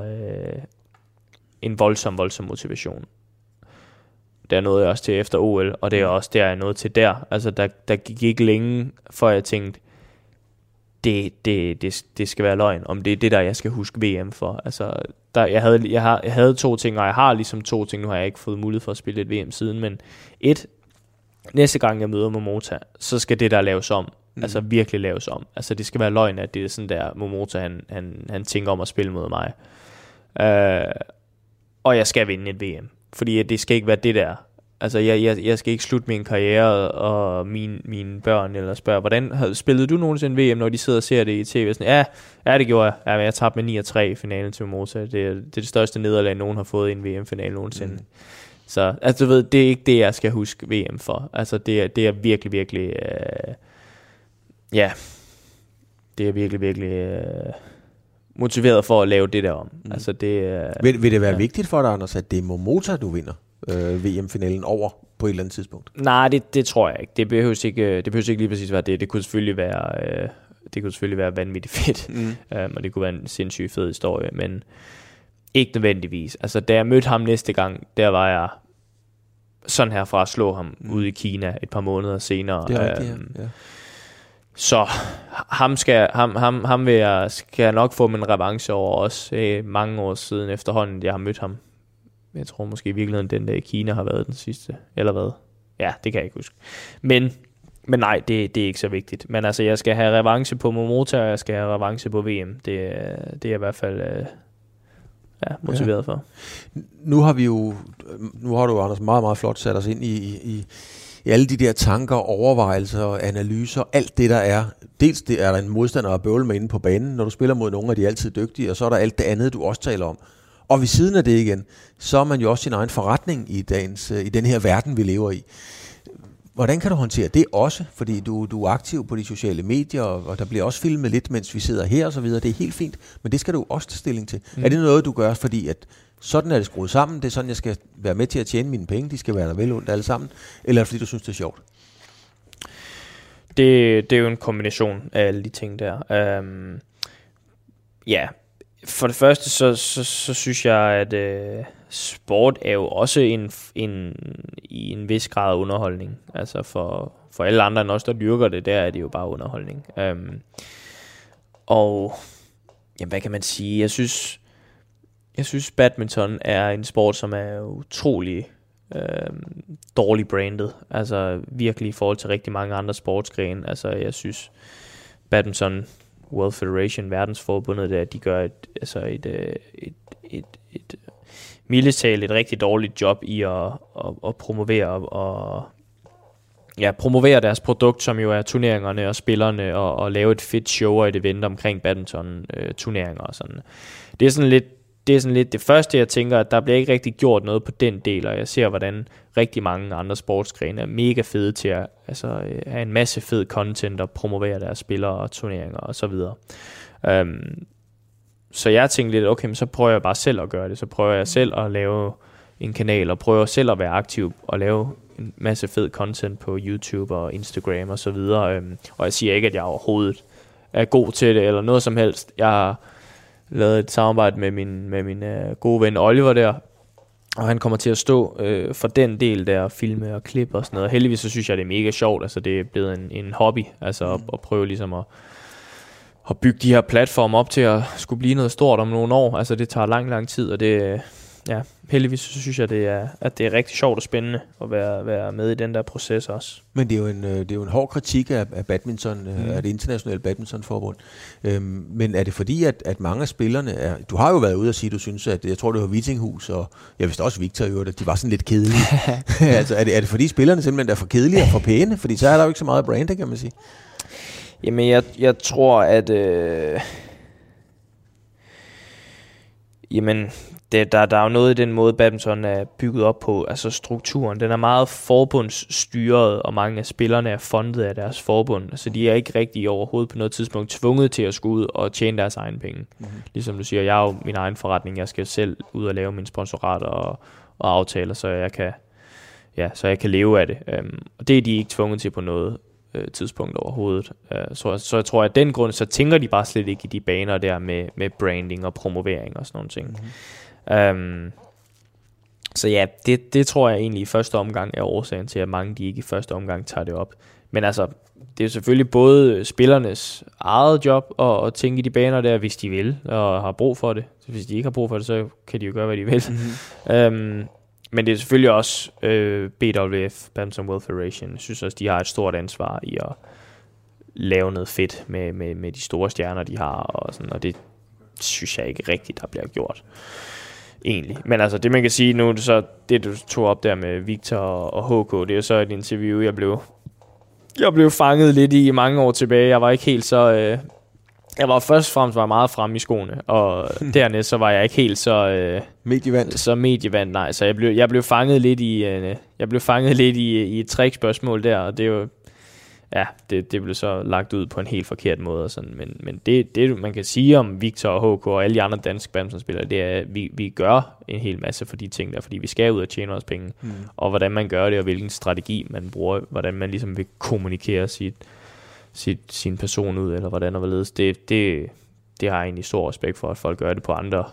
en voldsom motivation. Der nåede jeg også til efter OL, og det er også der, jeg nåede til der. Altså, der gik ikke længe, før jeg tænkte, det skal være løgn, om det er det der, jeg skal huske VM for. Altså, jeg havde 2 ting, og jeg har ligesom 2 ting. Nu har jeg ikke fået mulighed for at spille et VM siden, men næste gang jeg møder Momota, så skal det der laves om. Altså virkelig laves om. Altså, det skal være løgn, at det er sådan der, Momota, han tænker om at spille mod mig. Og jeg skal vinde et VM. Fordi det skal ikke være det der. Altså, jeg skal ikke slutte min karriere og mine børn, eller spørge, hvordan spillede du nogensinde VM, når de sidder og ser det i tv? Sådan, ja, det gjorde jeg. Ja, jeg tabte med 9-3 i finalen til Momota. Det er det største nederlag, nogen har fået i en VM-finale nogensinde. Så, altså, du ved, det er ikke det, jeg skal huske VM for. Altså, det er virkelig, virkelig... det er virkelig, virkelig... motiveret for at lave det der om. Altså, vil det være vigtigt for dig, Anders, at det er Momota, du vinder VM-finalen over på et eller andet tidspunkt? Nej, det tror jeg ikke. Det behøver ikke lige præcis være det. Det kunne selvfølgelig være vanvittigt fedt, og det kunne være en sindssygt fed historie, men ikke nødvendigvis. Altså, da jeg mødte ham næste gang, der var jeg sådan her fra at slå ham ude i Kina et par måneder senere. Det er rigtigt, ja. Så ham skal jeg nok få min revanche over også mange år siden efterhånden, jeg har mødt ham. Jeg tror måske i virkeligheden, den der i Kina har været den sidste, eller hvad? Ja, det kan jeg ikke huske. Men nej, det er ikke så vigtigt. Men altså, jeg skal have revanche på Momota, og jeg skal have revanche på VM. Det er jeg i hvert fald motiveret for. Nu har du, Anders, meget, meget flot sat os ind i alle de der tanker, overvejelser, analyser, alt det der er. Dels det er der en modstander at bøvle med inde på banen, når du spiller mod nogen, er de altid dygtige, og så er der alt det andet, du også taler om. Og ved siden af det igen, så er man jo også sin egen forretning i den her verden, vi lever i. Hvordan kan du håndtere det også? Fordi du er aktiv på de sociale medier, og der bliver også filmet lidt, mens vi sidder her og så videre. Det er helt fint, men det skal du også tage stilling til. Er det noget, du gør, fordi at sådan er det skruet sammen, det er sådan, jeg skal være med til at tjene mine penge, de skal være der vel ondt alle sammen, eller fordi du synes, det er sjovt? Det er jo en kombination af alle de ting der. For det første, så synes jeg, at sport er jo også i en vis grad underholdning. Altså for alle andre end os, der dyrker det, der er det jo bare underholdning. Og hvad kan man sige? Jeg synes badminton er en sport, som er utrolig dårligt brandet. Altså virkelig i forhold til rigtig mange andre sportsgrene. Altså jeg synes badminton World Federation, verdensforbundet, der de gør et mildest talt et rigtig dårligt job i at promovere deres produkt, som jo er turneringerne og spillerne, og lave et fedt show og et event omkring badminton turneringer og sådan. Det er sådan lidt det første, jeg tænker, at der bliver ikke rigtig gjort noget på den del, og jeg ser, hvordan rigtig mange andre sportsgrene er mega fede til at have en masse fed content og promovere deres spillere og turneringer og så videre. Så jeg tænkte lidt, okay, men så prøver jeg bare selv at gøre det. Så prøver jeg selv at lave en kanal, og prøver selv at være aktiv og lave en masse fed content på YouTube og Instagram og så videre. Og jeg siger ikke, at jeg overhovedet er god til det, eller noget som helst. Jeg har lavet et samarbejde med min gode ven Oliver der, og han kommer til at stå for den del der, filme og klippe og sådan noget. Heldigvis så synes jeg, det er mega sjovt. Altså det er blevet en hobby, altså at prøve ligesom at bygge de her platforme op til at skulle blive noget stort om nogle år. Altså det tager lang tid, og det, ja, heldigvis så synes jeg, at det er rigtig sjovt og spændende at være med i den der proces også. Men det er jo en hård kritik af badminton, af det internationale badmintonforbund. Men er det fordi, at mange af spillerne er... Du har jo været ude og sige, du synes, at jeg tror, det var Vitinghus, og jeg vidste også Victor jo, at de var sådan lidt kedelige. Altså er det fordi spillerne simpelthen er for kedelige og for pæne? Fordi så er der jo ikke så meget branding, kan man sige. Jamen, jeg tror, at... Jamen, der er jo noget i den måde, badminton er bygget op på. Altså strukturen, den er meget forbundsstyret, og mange af spillerne er fundet af deres forbund. Så de er ikke rigtig overhovedet på noget tidspunkt tvunget til at skulle ud og tjene deres egen penge. Ligesom du siger, jeg har jo min egen forretning. Jeg skal selv ud og lave mine sponsorater og aftaler, så jeg kan leve af det. Og det er de ikke tvunget til på noget tidspunkt overhovedet. Så jeg tror, at af den grund, så tænker de bare slet ikke i de baner der med branding og promovering og sådan nogle ting. Så ja, det tror jeg egentlig i første omgang er årsagen til, at mange de ikke i første omgang tager det op. Men altså, det er selvfølgelig både spillernes eget job at tænke i de baner der, hvis de vil og har brug for det. Så hvis de ikke har brug for det, så kan de jo gøre, hvad de vil. Men det er selvfølgelig også BWF, Badminton Welfare Federation. Jeg synes også, de har et stort ansvar i at lave noget fedt med de store stjerner, de har. Og det synes jeg ikke rigtigt, der bliver gjort. Egentlig. Men altså, det man kan sige nu, så det du tog op der med Victor og HK, det er jo så et interview, jeg blev fanget lidt i mange år tilbage. Jeg var ikke helt så... Jeg var først og fremmest meget fremme i skoene, og dernæst så var jeg ikke helt så medievant, nej. Så jeg blev fanget lidt i et trickspørgsmål der, og det er jo det blev så lagt ud på en helt forkert måde og sådan. Men det man kan sige om Victor og HK og alle de andre danske badmintonspillere, det er, at vi gør en hel masse for de ting der, fordi vi skal ud og tjene vores penge, og hvordan man gør det, og hvilken strategi man bruger, hvordan man ligesom vil kommunikere sin person ud, eller hvordan og hvorledes. Det har jeg egentlig stor respekt for, at folk gør det på andre,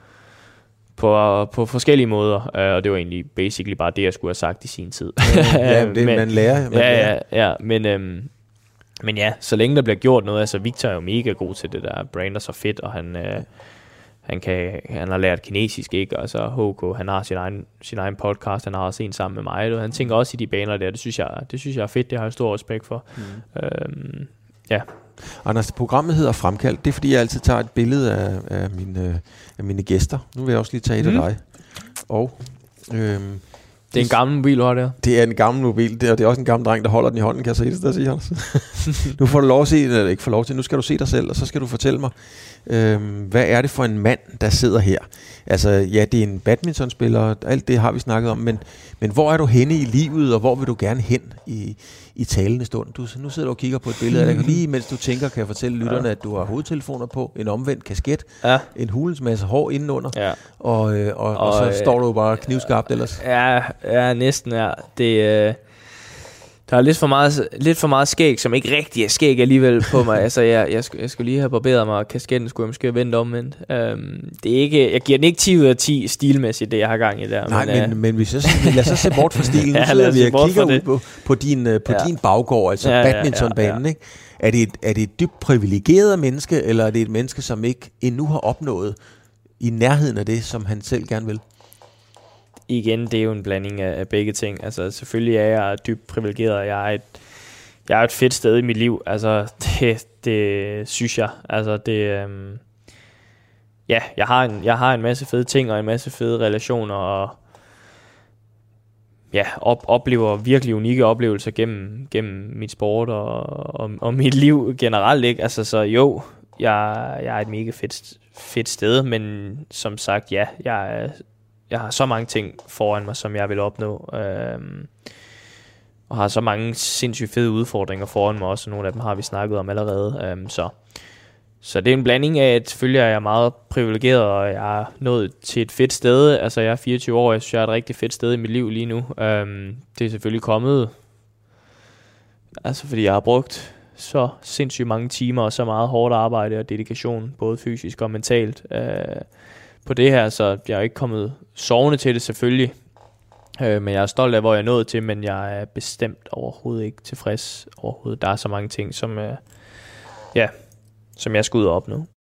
på forskellige måder, og det var egentlig basically bare det, jeg skulle have sagt i sin tid. Man lærer. Men ja, så længe der bliver gjort noget, altså Victor er jo mega god til det der, brander så fedt, og han har lært kinesisk, ikke? Altså HK, han har sin egen podcast, han har også en sammen med mig, og han tænker også i de baner der, det synes jeg er fedt, det har jeg stor respekt for. Ja. Anders, programmet hedder Fremkaldt. Det er fordi, jeg altid tager et billede af mine gæster. Nu vil jeg også lige tage et af dig. Og det er en gammel mobil, du har der. Det er en gammel mobil, og det er også en gammel dreng, der holder den i hånden. Kan jeg se det, der siger Anders? Nu får du lov at se, eller ikke får lov til. Nu skal du se dig selv, og så skal du fortælle mig, hvad er det for en mand, der sidder her? Altså, ja, det er en badmintonspiller, alt det har vi snakket om, men hvor er du henne i livet, og hvor vil du gerne hen i talende stund? Nu sidder du og kigger på et billede af dig. Lige mens du tænker, kan jeg fortælle lytterne, at du har hovedtelefoner på, en omvendt kasket, en hulens masse hår indenunder, og så står du bare knivskarpt ellers. Ja, næsten er. Der er lidt for meget skæg, som ikke rigtig er skæg alligevel på mig. Altså, jeg skulle lige have barberet mig, og kasketten skulle jeg måske vente omvendt. Det er ikke, jeg giver den ikke 10 ud af 10 stilmæssigt, det jeg har gang i der. Nej, men lad os se bort fra stilen. Nu sidder vi og kigger ud på din baggård, altså badmintonbanen, ikke? Er det et dybt privilegeret menneske, eller er det et menneske, som ikke endnu har opnået i nærheden af det, som han selv gerne vil? Igen, det er jo en blanding af begge ting. Altså, selvfølgelig er jeg dybt privilegeret. Jeg er et fedt sted i mit liv. Altså, det synes jeg. Altså, jeg har en masse fede ting og en masse fede relationer og oplever virkelig unikke oplevelser gennem mit sport og mit liv generelt, ikke? Altså, så jo, jeg er et mega fedt sted, men som sagt, jeg har så mange ting foran mig, som jeg vil opnå, og har så mange sindssygt fede udfordringer foran mig også, og nogle af dem har vi snakket om allerede. Så Så det er en blanding af, at selvfølgelig er jeg meget privilegeret, og jeg er nået til et fedt sted. Altså jeg er 24 år, jeg synes, jeg er et rigtig fedt sted i mit liv lige nu. Det er selvfølgelig kommet, altså fordi jeg har brugt så sindssygt mange timer og så meget hårdt arbejde og dedikation, både fysisk og mentalt, på det her. Så jeg er ikke kommet sovende til det selvfølgelig. Men jeg er stolt af, hvor jeg er nået til, men jeg er bestemt overhovedet ikke tilfreds overhovedet. Der er så mange ting, som jeg skal ud og opnå.